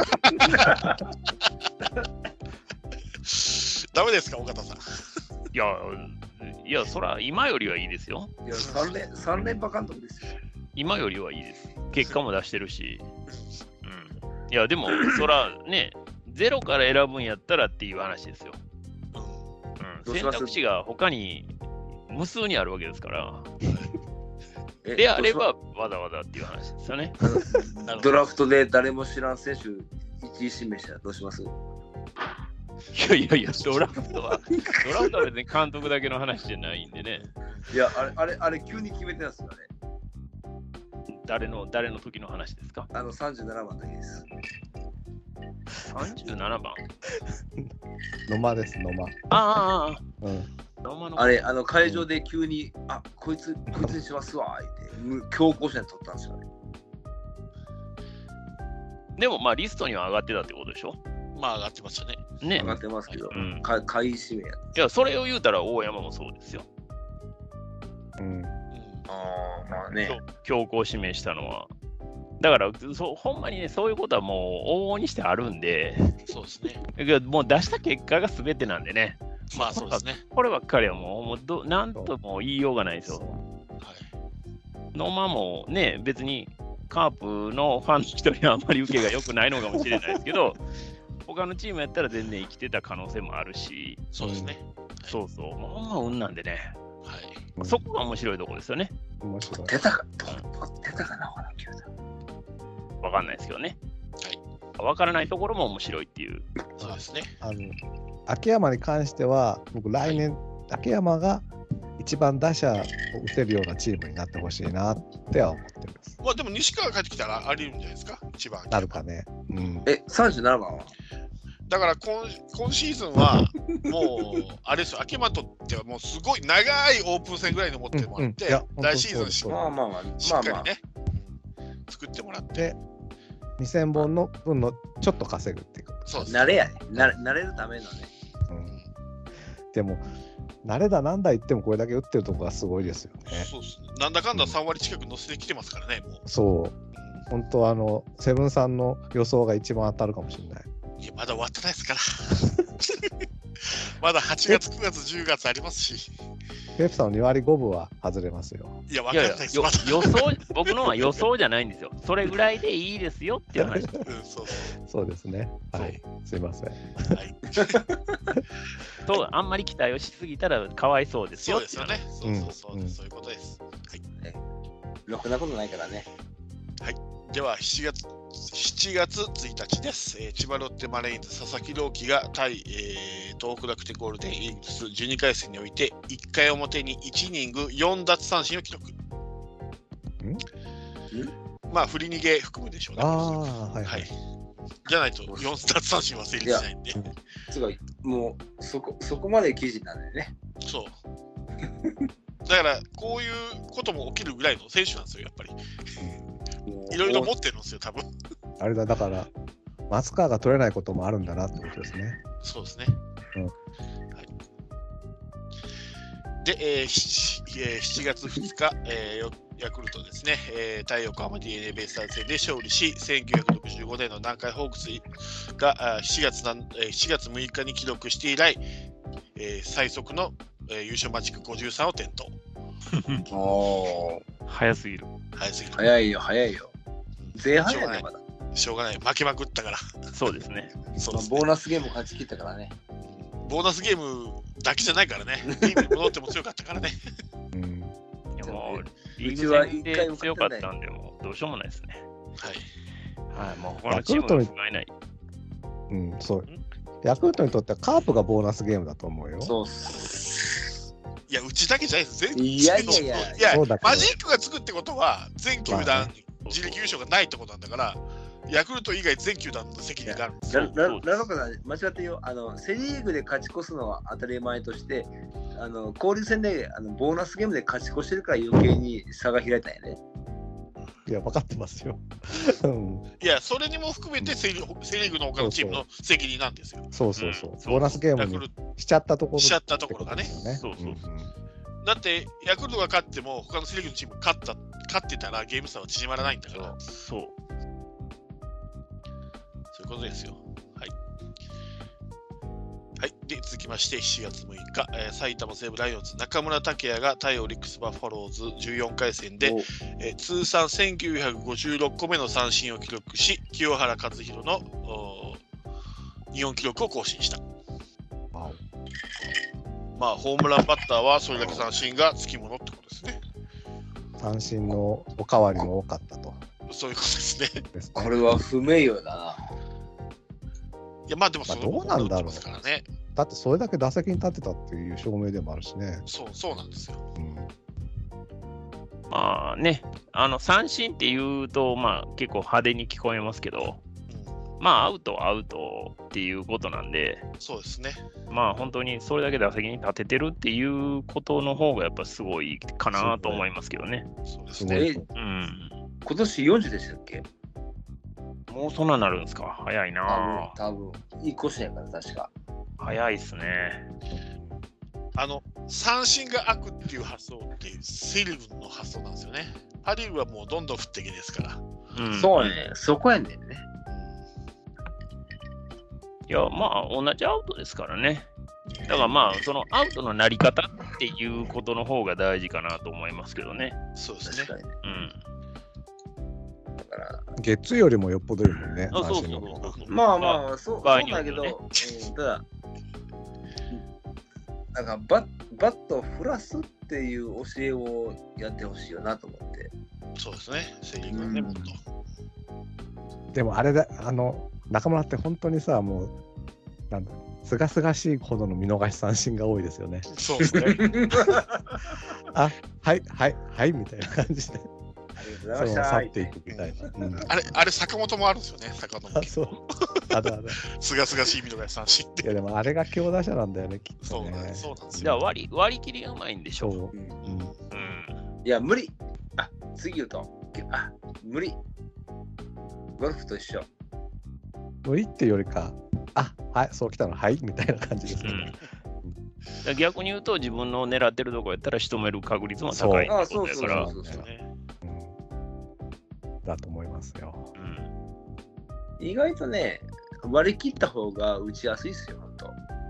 Speaker 1: ダメですか、岡田さん。
Speaker 6: いや、いや、そら今よりはいいですよ。
Speaker 2: いや、さん連、さん連覇監督ですよ。
Speaker 6: 今よりはいいです。結果も出してるし。うん。いや、でも、そらね、ゼロから選ぶんやったらっていう話ですよ。うん。選択肢が他に無数にあるわけですから。であればわざわざっていう話ですよね。
Speaker 2: ドラフトで誰も知らん選手いちい指名したらどうします？
Speaker 6: いやいやいや、ドラフトは、ドラフトは別に監督だけの話じゃないんでね。
Speaker 2: いや、あれ、あれ、あれ急に決めてたんですよね。
Speaker 6: 誰の、誰の時の話ですか？
Speaker 2: あのさんじゅうななばんだけです。
Speaker 6: さんじゅうななばん
Speaker 3: 野間です、野間。
Speaker 6: ああ、うん。
Speaker 2: あれ、あの会場で急に、うん、あ、こいつ、こいつにしますわって強行して取ったんですよね。
Speaker 6: でもまあリストには上がってたってことでしょ？
Speaker 1: まあ上がってますよね。
Speaker 2: ね、上がってますけど、うん、か買い占めや。
Speaker 6: いや、それを言うたら大山もそうですよ。
Speaker 3: うん。
Speaker 2: ああ、まあね。
Speaker 6: 強行指名したのは。だからそ、ほんまにね、そういうことはもう往々にしてあるんで、
Speaker 1: そうですね。
Speaker 6: だけどもう出した結果が全てなんでね。
Speaker 1: まあそうですね。
Speaker 6: こればっかりはもう、もうどなんとも言いようがないですよ。はい、野間もね、別にカープのファンの人にはあまり受けが良くないのかもしれないですけど、他のチームやったら全然生きてた可能性もあるし、
Speaker 1: そうですね。
Speaker 6: うん、そうそう、もうほんま運なんでね。
Speaker 1: はい、
Speaker 6: そこが面白いところですよね。
Speaker 3: 面白い。
Speaker 2: 出たか、出たかな、この球団。
Speaker 6: わかんないですけどね。
Speaker 1: はい。
Speaker 6: わからないところも面白いっていう。
Speaker 1: そうですね。
Speaker 3: あの秋山に関しては、僕来年、秋山が一番打者を打てるようなチームになってほしいなっては思ってます。
Speaker 1: まあでも西川が帰ってきたらあり得るんじゃないですか、一番。
Speaker 3: なるかね。うん、
Speaker 2: え、さんじゅうななばんは
Speaker 1: だから今、今シーズンはもう、あれですよ、秋山とってはもうすごい長いオープン戦ぐらいに持ってもらって、うんうん、来シーズンし,、まあまあまあ、しっかりね、まあまあ、作ってもらって。
Speaker 3: にせんぼんの分のちょっと稼ぐっていうこと。
Speaker 2: そうですね。慣れやね。慣れるためのね。
Speaker 3: うん、でも、慣れだなんだ言ってもこれだけ打ってるところがすごいですよね。
Speaker 1: そうですね。なんだかんださんわり近く乗せてきてますからね、もう。
Speaker 3: そう。うん、本当あの、セブンさんの予想が一番当たるかもしれない。
Speaker 1: いや、まだ終わってないですから。 まだはちがつ、くがつ、じゅうがつありますし。
Speaker 3: ペプさんのに割ごぶは外れますよ。
Speaker 1: いや、わかんないです。
Speaker 6: 予想、僕のは予想じゃないんですよ。それぐらいでいいですよっていう話。うん、
Speaker 1: そうそう。
Speaker 3: そうですね。はい。すいません。はい。
Speaker 6: そう、あんまり期待をしすぎたらかわいそうですよ。
Speaker 1: そうですよね。そうそうそう、うん、そういうことです。はい。
Speaker 2: ろくなことないからね。
Speaker 1: はい。ではしちがつ、しちがつついたちです。えー、千葉ロッテマリーンズ佐々木朗希が対、えー、東北楽天ゴールデンイーグルスじゅうにかい戦においていっかい表にいちイニングよん奪三振を記録。んまあ振り逃げ含むでしょうね。
Speaker 3: ああ、はい、はい。
Speaker 1: じゃないとよん奪三振は成立しないんで。
Speaker 2: すごい、もうそこそこまで記事なんだよね。
Speaker 1: そう。だからこういうことも起きるぐらいの選手なんですよ、やっぱり。いろいろ持ってるんですよ、多分。
Speaker 3: あれだ、だから、松川が取れないこともあるんだなってことですね。
Speaker 1: そうですね。
Speaker 3: うん、
Speaker 1: はい、で、えー、しちがつふつか、えー、ヤクルトですね、えー、対横浜 ディーエヌエー ベイスターズ戦で勝利し、せんきゅうひゃくろくじゅうごねんの南海ホークスがしちがつむいかに記録して以来、えー、最速の、えー、優勝マジックごじゅうさんを点灯。
Speaker 2: お
Speaker 6: ー、早すぎる。
Speaker 1: 早すぎる。
Speaker 2: 早いよ、早いよ。前半やね、まだ。
Speaker 1: しょうがない。負けまくったから。
Speaker 6: そうですね。
Speaker 2: そうですね。ボーナスゲーム勝ち切ったからね。
Speaker 1: ボーナスゲームだけじゃないからね。リーグに戻っても強かったからね。
Speaker 3: うん。
Speaker 6: いやもう、リーグ戦で強かったんで、もうどうしようもないですね。
Speaker 1: はい。
Speaker 6: はい、もう他のチームに不甲斐ない。
Speaker 3: うん、そう。ヤクルトにとってはカープがボーナスゲームだと思うよ。
Speaker 2: そうっす。
Speaker 1: いや、うちだけじゃないです。全
Speaker 2: いやいやいや。
Speaker 1: いや、マジックがつくってことは、全球団自力優勝がないってことなんだから、ヤクルト以外全球団の責任があるんですよ。
Speaker 2: ラロカさん、間違ってよ。あの、セ・リーグで勝ち越すのは当たり前として、あの交流戦であのボーナスゲームで勝ち越してるから余計に差が開いたんやね。
Speaker 3: いや、分かってますよ。
Speaker 1: いや、それにも含めてセ・リーグの他のチームの責任なんですよ。
Speaker 3: そうそうそう。うん、ボーナスゲームにしちゃったところ、
Speaker 1: しちゃったところがね。
Speaker 6: そうそうそう。
Speaker 1: だってヤクルトが勝っても他のセ・リーグのチーム勝った勝ってたらゲーム差は縮まらないんだから。
Speaker 6: そう。
Speaker 1: そういうことですよ。はい。はい。で、続きまして、しちがつむいか、えー、埼玉西武ライオンズ、中村剛也が対オリックスバファローズじゅうよんかい戦で、えー、通算せんきゅうひゃくごじゅうろっこめの三振を記録し、清原和博の日本記録を更新した。まあ、ホームランバッターはそれだけ三振がつきものってことですね。
Speaker 3: 三振のおかわりも多かったと。
Speaker 1: そういうことですね。
Speaker 2: これは不名誉だな。
Speaker 1: いや、まあでもそう、
Speaker 3: まあ、どうなんだろう
Speaker 1: からね。
Speaker 3: だってそれだけ打席に立ってたっていう証明でもあるしね。
Speaker 1: そう、そうなんですよ。うん、
Speaker 6: まあね、あの三振っていうと、まあ結構派手に聞こえますけど、うん、まあアウトはアウトっていうことなんで、
Speaker 1: そうですね。
Speaker 6: まあ本当にそれだけ打席に立ててるっていうことの方がやっぱすごいかなと思いますけどね。
Speaker 1: そうですね。
Speaker 6: うん。
Speaker 2: 今年よんじゅうでしたっけ？
Speaker 6: もうそんなになるんですか？早いな。
Speaker 2: 多分いっこしやから確か。
Speaker 6: 早いっすね。
Speaker 1: あの三振が悪っていう発想ってセ・リーグの発想なんですよね。パ・リーグはもうどんどん振ってけですから。
Speaker 2: うん、そうね、そこやねんね。
Speaker 6: いや、まあ同じアウトですからね。だからまあそのアウトのなり方っていうことの方が大事かなと思いますけどね。
Speaker 1: そうですね。
Speaker 6: うん。
Speaker 3: ゲッツーよりもよっぽどいいもんね。
Speaker 6: そうそうそう
Speaker 2: そうまあまあ、そうなんだけど、ねうん、ただ、なんかバッバットを振らすっていう教えをやってほしいよなと思って。
Speaker 1: そうですね、セ・リーグはね、もっと。
Speaker 3: でもあれだ、あの、中村って本当にさ、もう、なんだ、すがすがしいほどの見逃し三振が多いですよね。
Speaker 1: そうですね。
Speaker 3: あ、はい、はい、はい、みたいな感じで。その去っていくみたいな、うん、
Speaker 1: あれ、あれ坂本もあるんですよね、坂本も。
Speaker 3: そう。あるある。
Speaker 1: すがすがしい見逃し三振って。
Speaker 3: いやでもあれが強打者なんだよね、きっとね。
Speaker 1: そうなんです、そうなんですよ。
Speaker 6: じゃあ割り割り切りがうまいんでしょう。
Speaker 3: うん。うん。
Speaker 2: いや無理。あ、次言うと、あ、無理。ゴルフと一緒。
Speaker 3: 無理っていうよりか、あ、はい、そう来たの、はいみたいな感じですね。
Speaker 6: うん、逆に言うと自分の狙ってるとこやったら仕留める確率も高いってことだから。だと思いますよ、
Speaker 2: うん、意外とね割り切った方が打ちやすいですよ本当。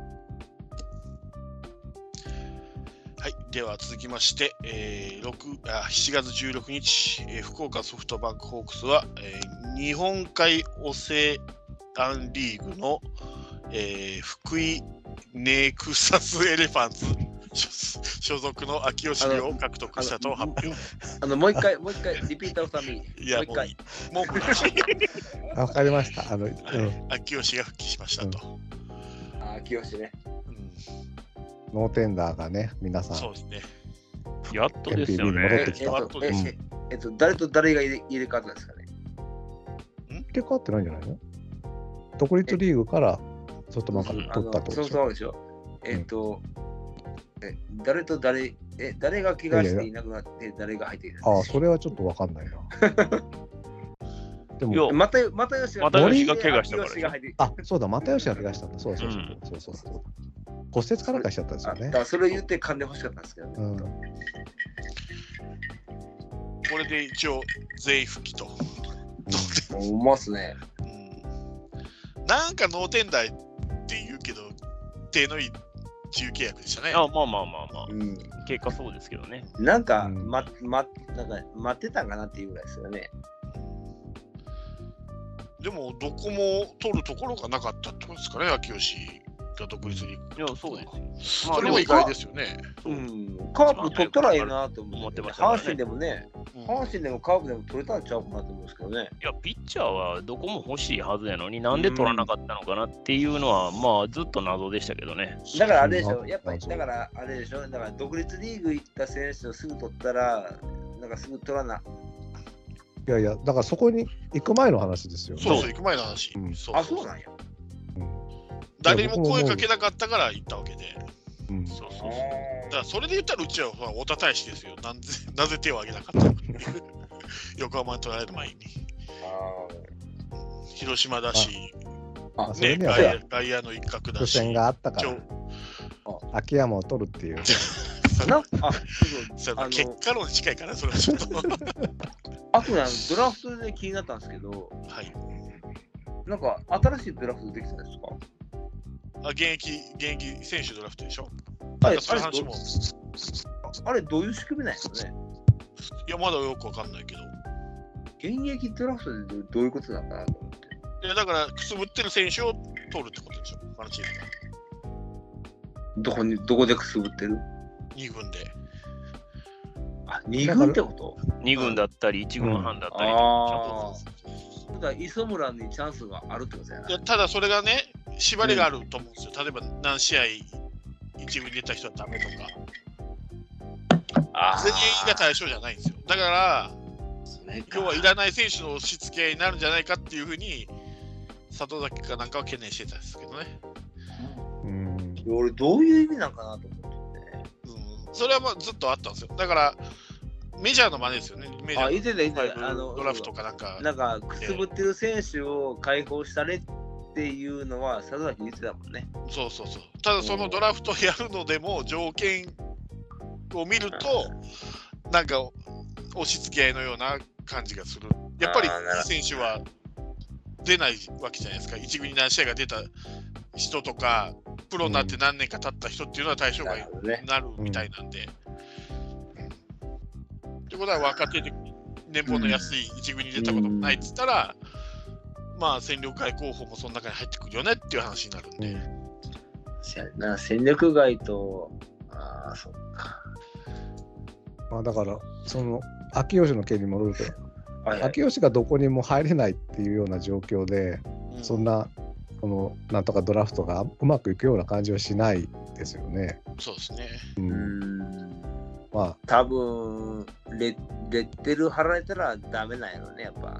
Speaker 1: では続きまして、えー、ろくあしちがつじゅうろくにち、えー、福岡ソフトバンクホークスは、えー、日本海オセアンリーグの、えー、福井ネクサスエレファンズ所属の秋吉亮を獲得したと発表。
Speaker 2: あのもう一回、もう一回、リピーターファミリー。
Speaker 1: いや、
Speaker 2: もう一回。
Speaker 1: もう、も
Speaker 3: うわかりました。あの、うん、
Speaker 1: 秋吉が復帰しましたと。
Speaker 2: うん、あ、秋吉ね、
Speaker 1: うん。
Speaker 3: ノーテンダーがね、皆さん。
Speaker 1: そうですね。
Speaker 6: やっとですよね。
Speaker 3: 戻ってきた。
Speaker 2: えっと、えっと、ええっと、誰と誰が入れ入れ替わったんですかね。
Speaker 3: 入れ替わってないんじゃないの？独立リーグからソフトバンクが取ったってことでしょ。
Speaker 2: そうでしょ。えっと、うん、え誰と誰、え誰が怪我していなくなって誰が入っているんですか？
Speaker 3: ああ、それはちょっとわかんないな。でも、
Speaker 2: またまたよしが
Speaker 6: 怪我したから。
Speaker 3: あ、そうだ、またよしが怪我したんだ。そうそうそう。うん、そうそうそう。骨折からかしちゃったんですよね。
Speaker 2: だからそれを言って噛んでほしかったんですけどね。うん、
Speaker 1: これで一応全員復帰と。
Speaker 2: 思いますね、
Speaker 1: うん。なんかノーテンダーって言うけど、手のいい自由契約でしたね。
Speaker 6: あ、まあまあまあまあ。うん、結果そうですけどね。
Speaker 2: なんか、ま、ま、なんか待ってたんかなっていうぐらいですよね。
Speaker 1: でも、どこも取るところがなかったってことですかね、秋吉が独立リーグ。
Speaker 6: いや、そうです。
Speaker 1: まあ、それも意外ですよね。
Speaker 2: うん、カープ取ったらいいなと思ってました、ね。阪神でもね、うん、阪神でもカープでも取れたんちゃうかなと思うんですけどね。
Speaker 6: いや、ピッチャーはどこも欲しいはずやのに、なんで取らなかったのかなっていうのは、うん、まあ、ずっと謎でしたけどね。
Speaker 2: だからあれでしょ、やっぱり、だからあれでしょ、だから独立リーグ行った選手をすぐ取ったら、なんかすぐ取らな。
Speaker 3: いやいや、だからそこに行く前の話ですよ。
Speaker 1: そうそう、行く前の話。
Speaker 2: うん、そうそうそうあ、そうなんや。
Speaker 1: 誰も声かけなかったから行ったわけで。うん、そうそうそう。だからそれで言ったらうちは太田大使ですよ。なんぜなぜ手を挙げなかったのか横浜に取られる前に。広島だし、
Speaker 3: あ
Speaker 1: ね、外, 外野の一角だし。
Speaker 3: 初戦があったから秋山を取るっていう。
Speaker 2: なあ
Speaker 1: そうあ結果論に近いかな、それはちょっと。
Speaker 2: あとね、ドラフトで気になったんですけど、はい、なんか新しいドラフトできたんですか？
Speaker 1: あ、現役、現役選手ドラフトでしょ。
Speaker 2: あれ、そういう話もあれどういう仕組みなんですかね？
Speaker 1: いや、まだよくわかんないけど。
Speaker 2: 現役ドラフトでどういうことなのかなと思って。
Speaker 1: いや、だから、くすぶってる選手を取るってことでしょ、あのチームが。
Speaker 2: どこに、どこでくすぶってる？
Speaker 1: に軍で。
Speaker 2: あ、に軍ってこと？
Speaker 6: に軍だったり、いち軍半だったり。うん、
Speaker 2: ああ。だ磯村にチャンスがあるってことだよね。
Speaker 1: いや、ただそれがね、縛りがあると思うんですよ。うん、例えば何試合一軍に出た人はダメとか。全員が対象じゃないんですよ。だから、要はいらない選手の押し付け合いになるんじゃないかっていうふうに、里崎かなんかは懸念してたんですけどね。
Speaker 2: うん、俺、どういう意味なんかなと思ってね。
Speaker 1: うん、それはまあずっとあったんですよ。だから、メジャーの真似ですよね。メジャーの
Speaker 2: あ、いてたいてた。あの
Speaker 1: ドラフトかなんか。
Speaker 2: なんか、くすぶってる選手を解放したれっていうのは、里崎言ってたもんね。
Speaker 1: そうそうそう。ただ、そのドラフトやるのでも、条件を見ると、なんか、押し付け合いのような感じがする。やっぱり、いい選手は出ないわけじゃないですか。一軍に何試合が出た人とか、プロになって何年か経った人っていうのは対象外になるみたいなんで。ということは若手で年俸の安い一軍に出たこともないっつったら、うん、まあ戦力外候補もその中に入ってくるよねっていう話になるんで。
Speaker 2: うん、な戦力外と、ああ、そっか。
Speaker 3: まあだから、その秋吉の件に戻ると、
Speaker 2: はいはい、
Speaker 3: 秋吉がどこにも入れないっていうような状況で、うん、そんなこのなんとかドラフトがうまくいくような感じはしないですよね。
Speaker 1: そうですね。
Speaker 3: うん。うんまあ、
Speaker 2: 多分レレッテル貼られたらダメなんやろね、やっぱ。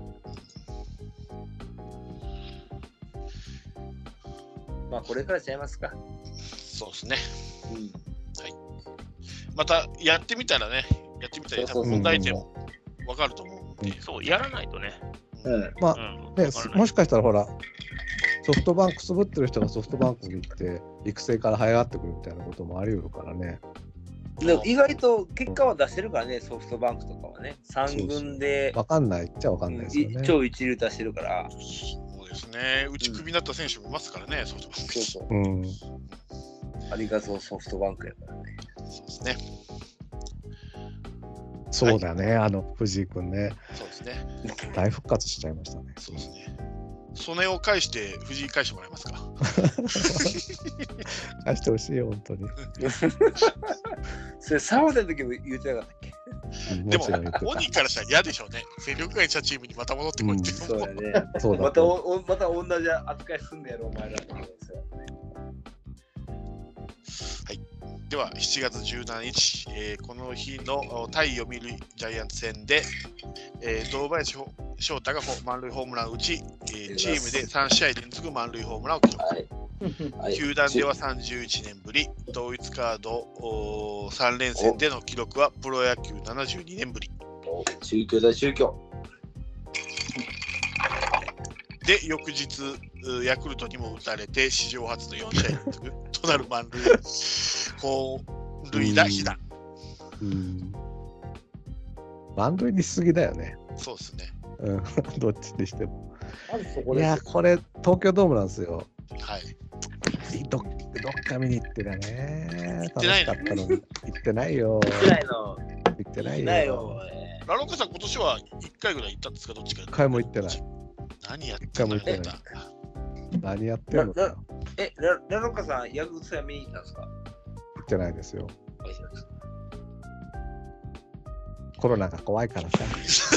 Speaker 2: まあこれからちゃいますか。
Speaker 1: そうですね。
Speaker 2: うん、
Speaker 1: はい。またやってみたらね、やってみたら多分問題点も分かると思うんで、
Speaker 6: そうやらないとね。
Speaker 3: うん、まあ、うん、ね、もしかしたらほらソフトバンクくすぶってる人がソフトバンクに行って育成から這い上がってくるみたいなこともあり得るからね。
Speaker 2: でも意外と結果は出してるからね、ソフトバンクとかはね、さん軍で
Speaker 3: 分かんないっちゃ分かんないですよね。
Speaker 2: 超一流出してるから。
Speaker 1: そうですね、うちクビになった選手もいますからね、うん、ソフトバンク。
Speaker 2: そうそう。うん、ありがとうソフトバンクやからね。
Speaker 1: そうですね。
Speaker 3: そうだね、はい、あの藤井君ね。
Speaker 1: そうですね。
Speaker 3: 大復活しちゃいましたね。
Speaker 1: そうですね。曽根を返して藤井返してもらえますか。
Speaker 3: 返してほしいよ本当に。
Speaker 2: それ澤田の時も言ってなかったっけ。
Speaker 1: でも本人からしたら嫌でしょうね。戦力外したチームにまた戻ってこいって。うん、
Speaker 2: そうだね。そうだまたおまた同じ扱いすんだやろお前らって思うんですよ。
Speaker 1: はい。ではしちがつじゅうしちにち、えー、この日の対読売ジャイアンツ戦で、えー、堂林翔太が満塁ホームランを打ち、えー、チームでさんしあい連続満塁ホームランを記録、はい、球団ではさんじゅういちねんぶり、同一カードさん連戦での記録はプロ野球ななじゅうにねんぶり。
Speaker 2: 中京大中京
Speaker 1: で、翌日ヤクルトにも打たれて史上初のよんしあい連続となる満塁本塁打被打。
Speaker 3: 満塁にしすぎだよね。
Speaker 1: そうですね。
Speaker 3: うん、どっちにしても。いや、これ東京ドームなんですよ。
Speaker 1: はい。
Speaker 3: ど, どっか見に行ってたね。
Speaker 1: 行ってないの？
Speaker 3: 楽しかったの。行ってないよ。
Speaker 2: 行ってないの。
Speaker 3: 行ってないよ。ないよ。
Speaker 1: ラロッカさん、今年はいっかいぐらい行ったんですか、どっちか。いっ
Speaker 3: かいも行ってない。
Speaker 1: 何やってんの？
Speaker 3: 何やってんの？
Speaker 2: え、ラ, ラロッカさん、ヤクルト戦見に行ったんですか？
Speaker 3: 行ってないですよ。コロナが怖いからさ。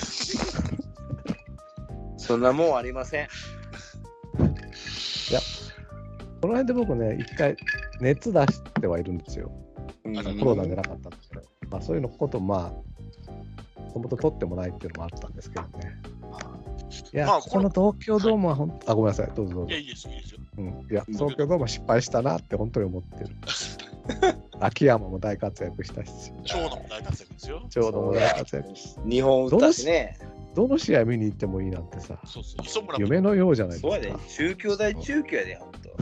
Speaker 2: そんなもんありません。い
Speaker 3: や、この辺で僕ね、一回熱出してはいるんですよ。コロナでなかったんですけど、まあ、そういうのこと、まあ、もともと取ってもないっていうのもあったんですけどね。いや、まあ、この東京ドームは本当、あ、ごめんなさい、どうぞどうぞ。
Speaker 1: いや、いいですよ、いいですよ。
Speaker 3: うん、いや、東京ドームは失敗したなって本当に思ってる。秋山も大活躍したし。
Speaker 1: 長野も大活躍ですよ。
Speaker 3: 長野も大活躍し。
Speaker 2: 日本打ったしね。
Speaker 3: どの試合見に行ってもいいなんてさ、
Speaker 1: そうそう磯村
Speaker 3: 夢のようじゃないですか。
Speaker 2: そうやね、中京大中京やで、ほんと。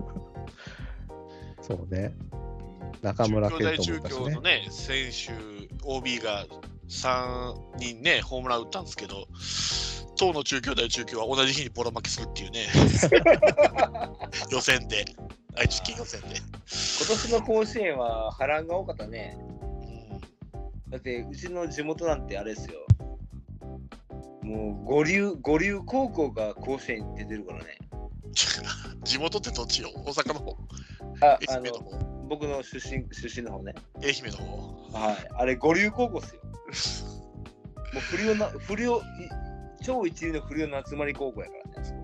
Speaker 3: そうね。中村健人もいたしね。中京大中京の
Speaker 1: ね、選手、オービー がさんにんね、ホームラン打ったんですけど、当の中京大中京は同じ日にボロ負けするっていうね。予選で、愛知県予選で。今
Speaker 2: 年の甲子園は波乱が多かったね。うん、だって、うちの地元なんてあれですよ。もう五流、五流高校が甲子園に出てるからね。
Speaker 1: 地元ってどっちよ？大阪の方？
Speaker 2: あ、愛媛の方。僕の出身、出身の方ね。
Speaker 1: 愛媛の方。
Speaker 2: はい。あれ、五流高校っすよ。もう不良な、不良、超一流の不良の集まり高校や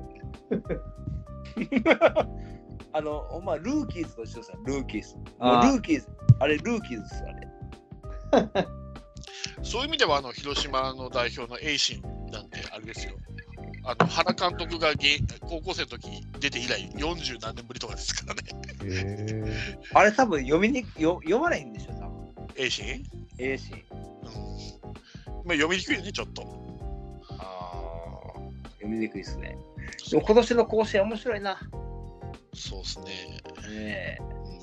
Speaker 2: からね。あの、ほんま、ルーキーズと一緒さ、ルーキーズ。もうルーキーズ。あれ、ルーキーズですよ、あれ。
Speaker 1: そういう意味では、あの、広島の代表のエイシンなんて、あれですよ。あの原監督が高校生の時出て以来よんじゅうなんねんぶりとかですからね。
Speaker 3: へ
Speaker 2: あれ多分読みによ読まれへんでしょ、多分。
Speaker 1: エイシン？
Speaker 2: エイシン。うん。
Speaker 1: まあ読みにくいよね、ちょっと。
Speaker 2: ああ、読みにくいですね。でも今年の甲子園面白いな。
Speaker 1: そうですね。ね
Speaker 2: え。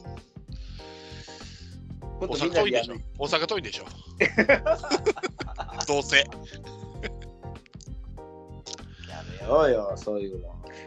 Speaker 1: うん、大阪遠いでしょ。大阪遠いでしょ。どうせ。
Speaker 2: ようよ、そういうの。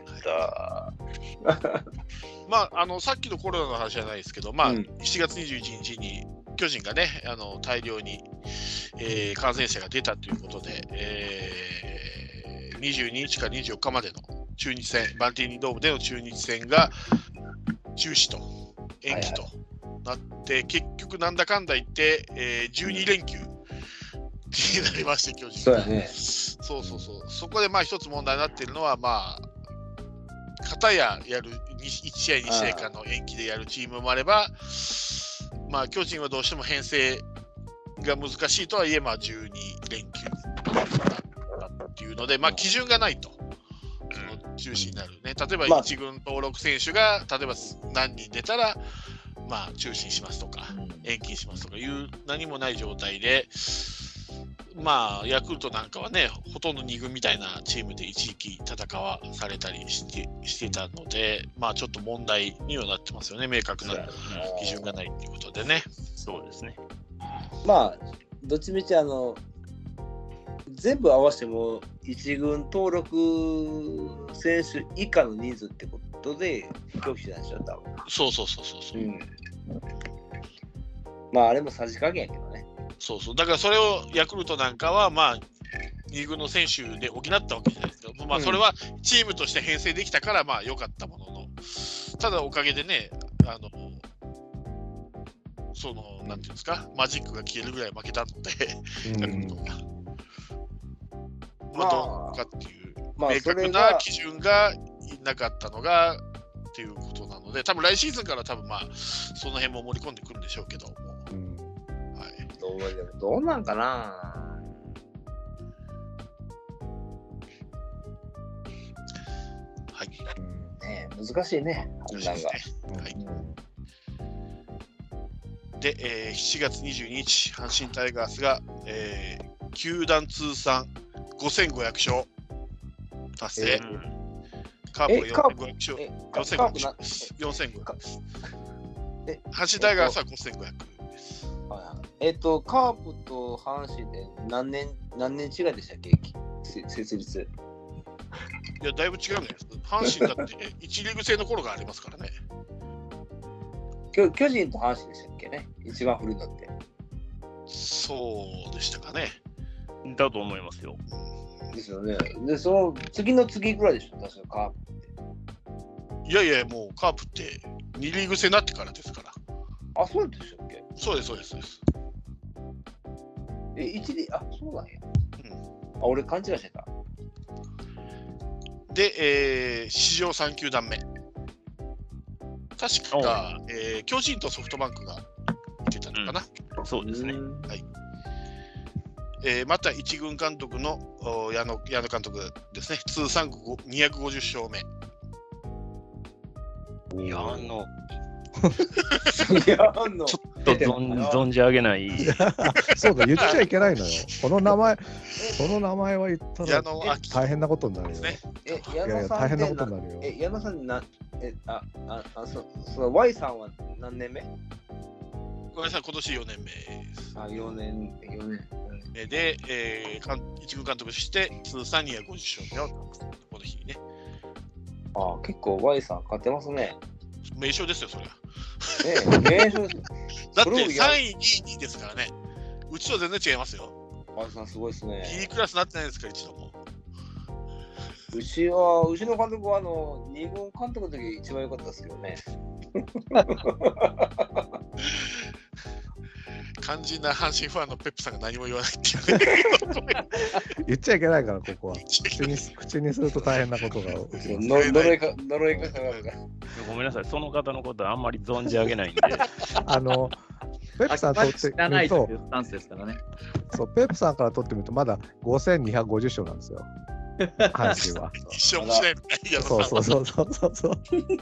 Speaker 1: まあ、あのさっきのコロナの話じゃないですけど、まあうん、しちがつにじゅういちにちに巨人がね、あの大量に、えー、感染者が出たということで、えー、にじゅうににちからにじゅうよっかまでの中日戦、バンティーニドームでの中日戦が中止と延期となって、はいはい、結局なんだかんだ言って、えー、じゅうにれんきゅう。になりまして、巨人
Speaker 2: そうやね。
Speaker 1: そうそうそう。そこでまあ一つ問題になっているのは、まあ、片ややるいち試合、に試合間の延期でやるチームもあれば、まあ、巨人はどうしても編成が難しいとはいえ、まあ、じゅうにれんきゅうだったっていうので、まあ、基準がないと、その中止になるね。例えば、一軍登録選手が、例えば何人出たら、まあ、中止しますとか、延期しますとかいう何もない状態で、まあ、ヤクルトなんかはね、ほとんどに軍みたいなチームで一時期戦わされたりしてしてたので、まあちょっと問題にはなってますよね、明確な基準がないということでね。
Speaker 6: そうですね。
Speaker 2: まあ、どっちみちあの、全部合わせても一軍登録選手以下の人数ってことで拒否したんでしょ、多分。
Speaker 1: そうそうそうそうそう。うん、
Speaker 2: まあ、あれもさじ加減やけどね。
Speaker 1: そうそう、だからそれをヤクルトなんかは、まあ、に軍の選手で補ったわけじゃないですか。まあ、それはチームとして編成できたから、まあ、良かったものの、ただおかげでね、あの、その、なんていうんですか、マジックが消えるぐらい負けたので、ヤクルトが。まあ、どうかっていう、まあ、明確な基準がなかったのが、っていうことなので、多分来シーズンから多分まあ、その辺も盛り込んでくるんでしょうけども。うん、
Speaker 2: はい。どう、でもどうなんかな。
Speaker 1: はい。
Speaker 2: ね、難しいね、判断が。はい。
Speaker 1: で、えー、しちがつにじゅうににち、阪神タイガースが、えー、球団通算ごせんごひゃくしょう達成。えー、カープがよんせんごひゃくしょう。よんせんごひゃくしょうです。よんせんごひゃくです。阪神タイガースはごせんごひゃくです。
Speaker 2: えっと、カープと阪神で何年、何年違いでしたっけ、設立。
Speaker 1: いや、だいぶ違うんじゃないですか。阪神だっていちリーグ制の頃がありますからね。
Speaker 2: 巨人と阪神でしたっけね、一番古いのって。
Speaker 1: そうでしたかね。
Speaker 6: だと思いますよ。
Speaker 2: ですよね。で、その次の次ぐらいでしょ、確かカープって。
Speaker 1: いやいや、もうカープってにリーグ制になってからですから。
Speaker 2: あ、そうでしたっけ。
Speaker 1: そうです、そうです、そうです。
Speaker 2: え、いちリーグ、あ、そうなんや。うん、あ、俺勘違いしてた。
Speaker 1: で、えー、史上さん球団目。確か、えー、巨人とソフトバンクが出たのかな、
Speaker 6: うん、そうですね。
Speaker 1: はい。えー、また一軍監督の矢野、矢野監督ですね。通算にひゃくごじゅっしょうめ。
Speaker 6: 矢野。
Speaker 2: 矢野。
Speaker 6: ちょっと存じ上げない。
Speaker 3: そうだ、言っちゃいけないのよ。この名前、その名前は言ったら大変なことになるよ。
Speaker 2: え、矢野さん、大変なことになるよ。え、矢野さんな、え、あ、あ、あ、そ、その Y さんは何年目？
Speaker 1: Y さん今年よねんめです。
Speaker 2: あ、よねん、よねん。
Speaker 1: で、えー、一軍監督して通算にひゃくごじゅっしょうめをこの日にね。
Speaker 2: ああ、結構 Y さん勝ってますね。
Speaker 1: 名称ですよ、そりゃ。
Speaker 2: ねえ、名称です。
Speaker 1: だってさんい、にい、にいですからね。うちと全然違いますよ。
Speaker 2: Y さんすごいですね。
Speaker 1: B クラスになってないですから、一度も。
Speaker 2: うちは、うちの監督はあのに軍監督の時一番良かったですけどね。
Speaker 1: 肝心な阪神ファンのペップさんが何も言わないっていうね。
Speaker 3: 言っちゃいけないから、ここは。口に、口にすると大変なことが。
Speaker 2: 呪いか、呪いかかるから。
Speaker 6: ごめんなさい、その方のことはあんまり存じ上げないんで。
Speaker 3: あの、ペップさんとってみると、
Speaker 5: スタンスですからね。
Speaker 3: そう、ペップさんからとってみると、まだごせんにひゃくごじゅっしょうなんですよ。阪神は。
Speaker 1: 一生もしないみたいな。
Speaker 3: そうそうそうそうそう。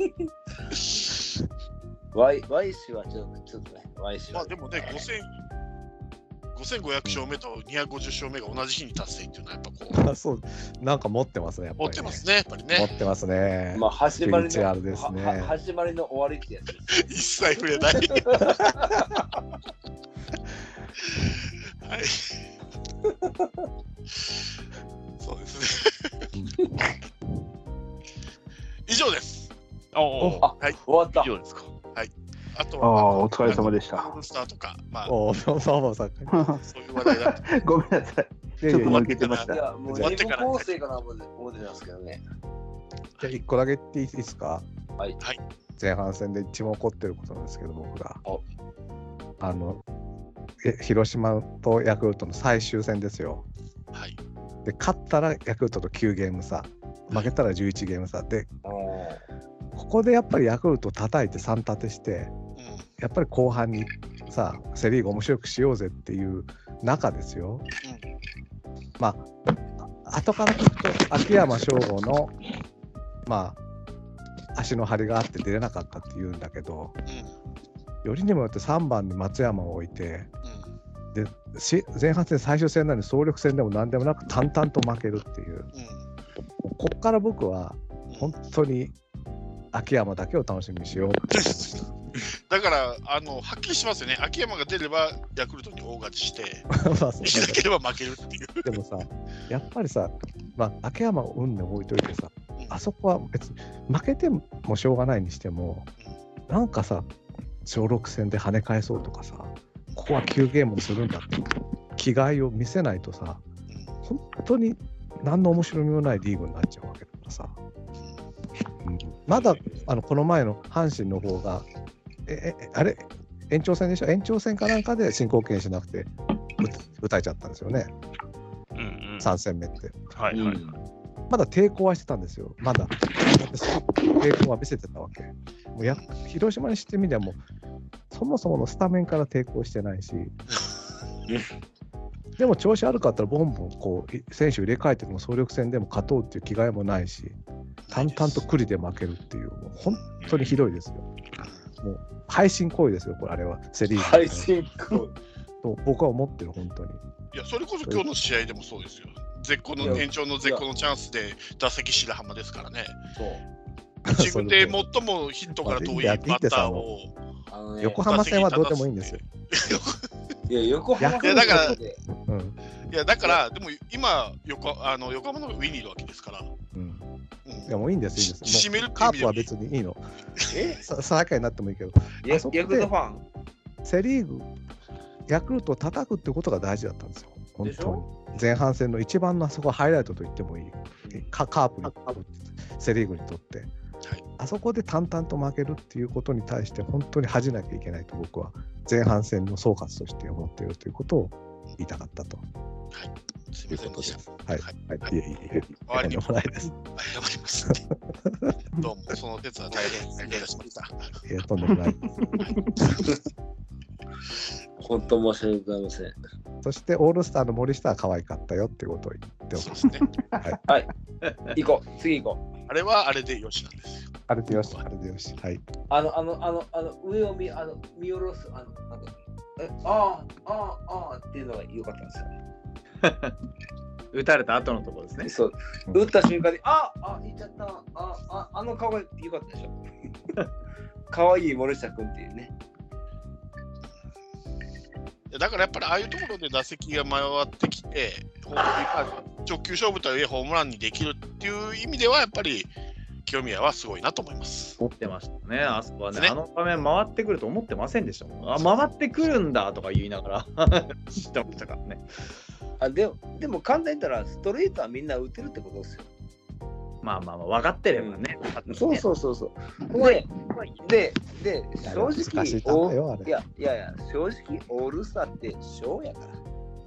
Speaker 2: Y, Y 氏はちょっと、ちょっとね、Y 氏は。
Speaker 1: まあでもね、ごせんごひゃくしょうめとにひゃくごじゅっしょうめが同じ日に達成っていうのはやっぱこう。
Speaker 3: あ、そう、なんか持ってますね、やっぱり、ね。
Speaker 1: 持ってますね、やっぱりね。
Speaker 3: 持ってますね。
Speaker 2: まあ始まりの、
Speaker 3: あれですね、
Speaker 2: は始まりの終わりってやつです。
Speaker 1: 一切触れない。はい。そうですね。以上です。
Speaker 6: お
Speaker 2: あ、はい、終わった。
Speaker 6: 以上ですか。
Speaker 1: はい。あと
Speaker 4: は、
Speaker 1: あ
Speaker 4: お疲れ様でした。
Speaker 1: オールスターとか、まあ、
Speaker 3: おそうそうそう
Speaker 1: そういう話題だ。
Speaker 4: ごめんなさい。ちょっと抜けてました。
Speaker 2: いや、もう二部構成かな思ってますけどね。
Speaker 3: じゃあ一個だけ言っていいですか。
Speaker 2: はい。
Speaker 1: はい。
Speaker 3: 前半戦で一番起こってることなんですけど、僕が。あの、広島とヤクルトの最終戦ですよ。
Speaker 1: はい。
Speaker 3: で、勝ったらヤクルトときゅうゲーム差、負けたらじゅういちゲーム差で、ここでやっぱりヤクルトを叩いてさん立てして、うん、やっぱり後半にさ、セ・リーグ面白くしようぜっていう中ですよ。うん、まあ、後から聞くと秋山翔吾の、まあ、足の張りがあって出れなかったっていうんだけど、うん、よりにもよってさんばんに松山を置いて、うん、で前半戦最終戦なのに総力戦でも何でもなく淡々と負けるっていう、うん、こっから僕は本当に秋山だけを楽しみにしようって思いました。
Speaker 1: だからあのはっきりしますよね。秋山が出ればヤクルトに大勝ちしてまあそうしなければ負けるっていう。
Speaker 3: でもさ、やっぱりさ、まあ、秋山を運で置いといてさ、うん、あそこは別に負けてもしょうがないにしても、うん、なんかさ小ろく戦で跳ね返そうとかさ、 ここは急ゲームにするんだって気概を見せないとさ、本当に何の面白みもないリーグになっちゃうわけだからさ、うん、まだあのこの前の阪神の方がええあれ延長戦でしょ、延長戦かなんかで申告敬遠しなくて打たれちゃったんですよね、うんうん、さん戦目って、はいはい、まだ抵抗はしてたんですよ、まだ抵抗は見せてたわけ。もうや広島にしてみればもうそもそものスタメンから抵抗してないしでも調子悪かったらボンボンこう選手入れ替えても総力戦でも勝とうっていう気概もないし、淡々とクリで負けるっていう、もう本当にひどいですよ。もう配信行為ですよ、これあれはセリーグ、ね、
Speaker 2: 配信行為
Speaker 3: と僕は思ってる、本当に。い
Speaker 1: や、それこそ今日の試合でもそうですよ。絶好の延長の絶好のチャンスで打席白浜ですからね。そう自分で最もヒットから遠いバッターを
Speaker 3: 横浜戦はどうでもいいんですよ。
Speaker 2: いや横浜
Speaker 1: 戦だから、うん、いやだからでも今横あの横浜の方が上にいるわけですから。うん。
Speaker 3: うん、いやもういいんですいいんです。
Speaker 1: 締めるって
Speaker 3: カープは別にいいの。え？最下位になってもいいけど。
Speaker 2: ヤクルトファン。
Speaker 3: セリーグヤクルトを叩くってことが大事だったんですよ。本当に。前半戦の一番のあそこハイライトと言ってもいい。カープにセリーグにとって。はい、あそこで淡々と負けるっていうことに対して本当に恥じなきゃいけないと僕は前半戦の総括として思っているということを言いたかったと。はい、すみませんでした。はい、はい、はい、いえいえいえ、終わりにもないです。
Speaker 1: 謝ります。どうもその説は大変失礼いたしました。
Speaker 3: いやとんでもない。
Speaker 2: 本当申し訳ございません。
Speaker 3: そしてオールスターの森下は可愛かったよってことを言っておきますね。
Speaker 2: はい。はい。行こう。次行こう。
Speaker 1: あれはあれでよしなんですよ。
Speaker 3: あれでよし、あれでよし。はい。
Speaker 2: あの、あの、あの、あの上を見、あの、見下ろす、あの、なんか、え、ああ、ああ、ああっていうのが良かったんですよ。
Speaker 5: 打たれた後のところですね。
Speaker 2: そう。打った瞬間に、ああ、あ、いっちゃった。ああ、あの顔が良かったでしょ。可愛い森下君っていうね。
Speaker 1: だからやっぱりああいうところで打席が回ってきて、直球勝負とはいえホームランにできるっていう意味ではやっぱり清宮はすごいなと思います。
Speaker 5: 思ってましたね、あそこはね。ね、あの場面回ってくると思ってませんでしたもん。あ、回ってくるんだとか言いながら知ってましたからね。
Speaker 2: あ、でも、でも簡単に言ったらストレートはみんな打てるってことですよ。
Speaker 5: まあまあまあ分かってればね。
Speaker 2: うん、そうそうそうそう。で、で、で、正直、いやいやいや、正直オールスターってショーやから。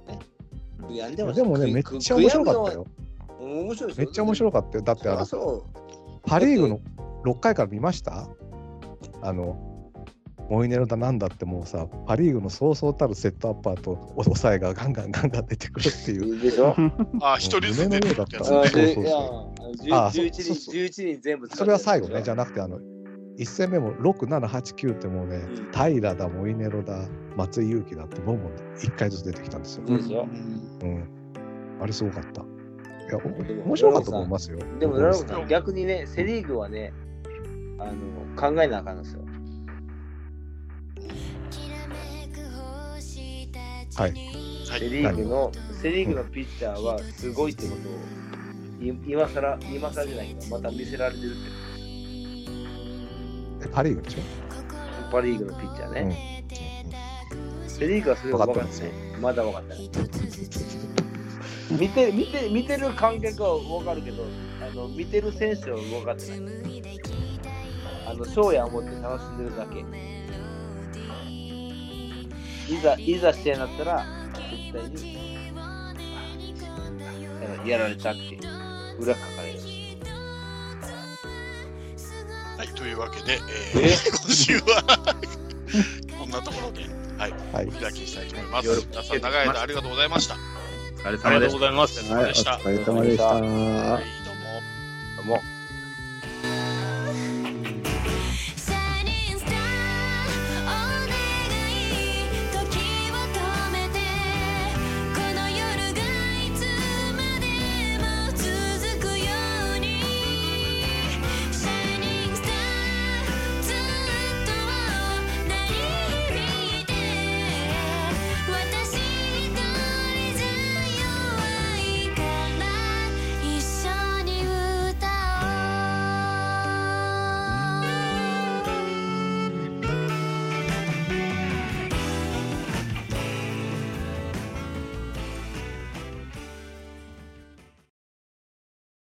Speaker 2: ね、
Speaker 3: いやでも、でもね、めっちゃ面白かったよ。面白いめっちゃ面白かったよ。だってあのパ・リーグのろっかいから見ました？あのモイネロだなんだってもうさ、パ・リーグのそうそうたるセットアッパーと抑えがガンガンガンガン出てくるっていう。
Speaker 2: でしょ？
Speaker 1: あ、一人ずつ出てくるやつ。
Speaker 2: そうそうそう。あ、じゅういちにん、じゅういちにん全部。
Speaker 3: それは最後ね、じゃなくてあのいち戦目もろく、なな、はち、きゅうってもうね、うん、平だ、モイネロだ、松井裕樹だってボンボンいっかいずつ出てきたんですよ。
Speaker 2: でしょ？
Speaker 3: うん。あれすごかった。いや、面白かったと思いますよ。
Speaker 2: でも、逆にね、セ・リーグはね、あの考えなあかんですよ。
Speaker 3: はい。
Speaker 2: セ・リーグのセ・リーグのピッチャーはすごいってことを今さら今さらじゃないけどまた見せられてるって
Speaker 3: ことです。パ・リーグでしょ？
Speaker 2: パ・リーグのピッチャーね。うん、セ・リーグはそれが分かってない。まだ分かってない。見て見て見てる観客は分かるけど、あの見てる選手は分かってない。あのショーや思って楽しんでるだけ。いざいざ試合になったら絶対にやられたって裏書かれる。
Speaker 1: はい、というわけで、えーえー、今週はこんなところで、はい、はい、お開きにしたいと思います。皆さん長い間ありがとうございました。
Speaker 5: お疲れ様でした。
Speaker 6: ありがとうございます。
Speaker 3: はい、お疲れ様でした。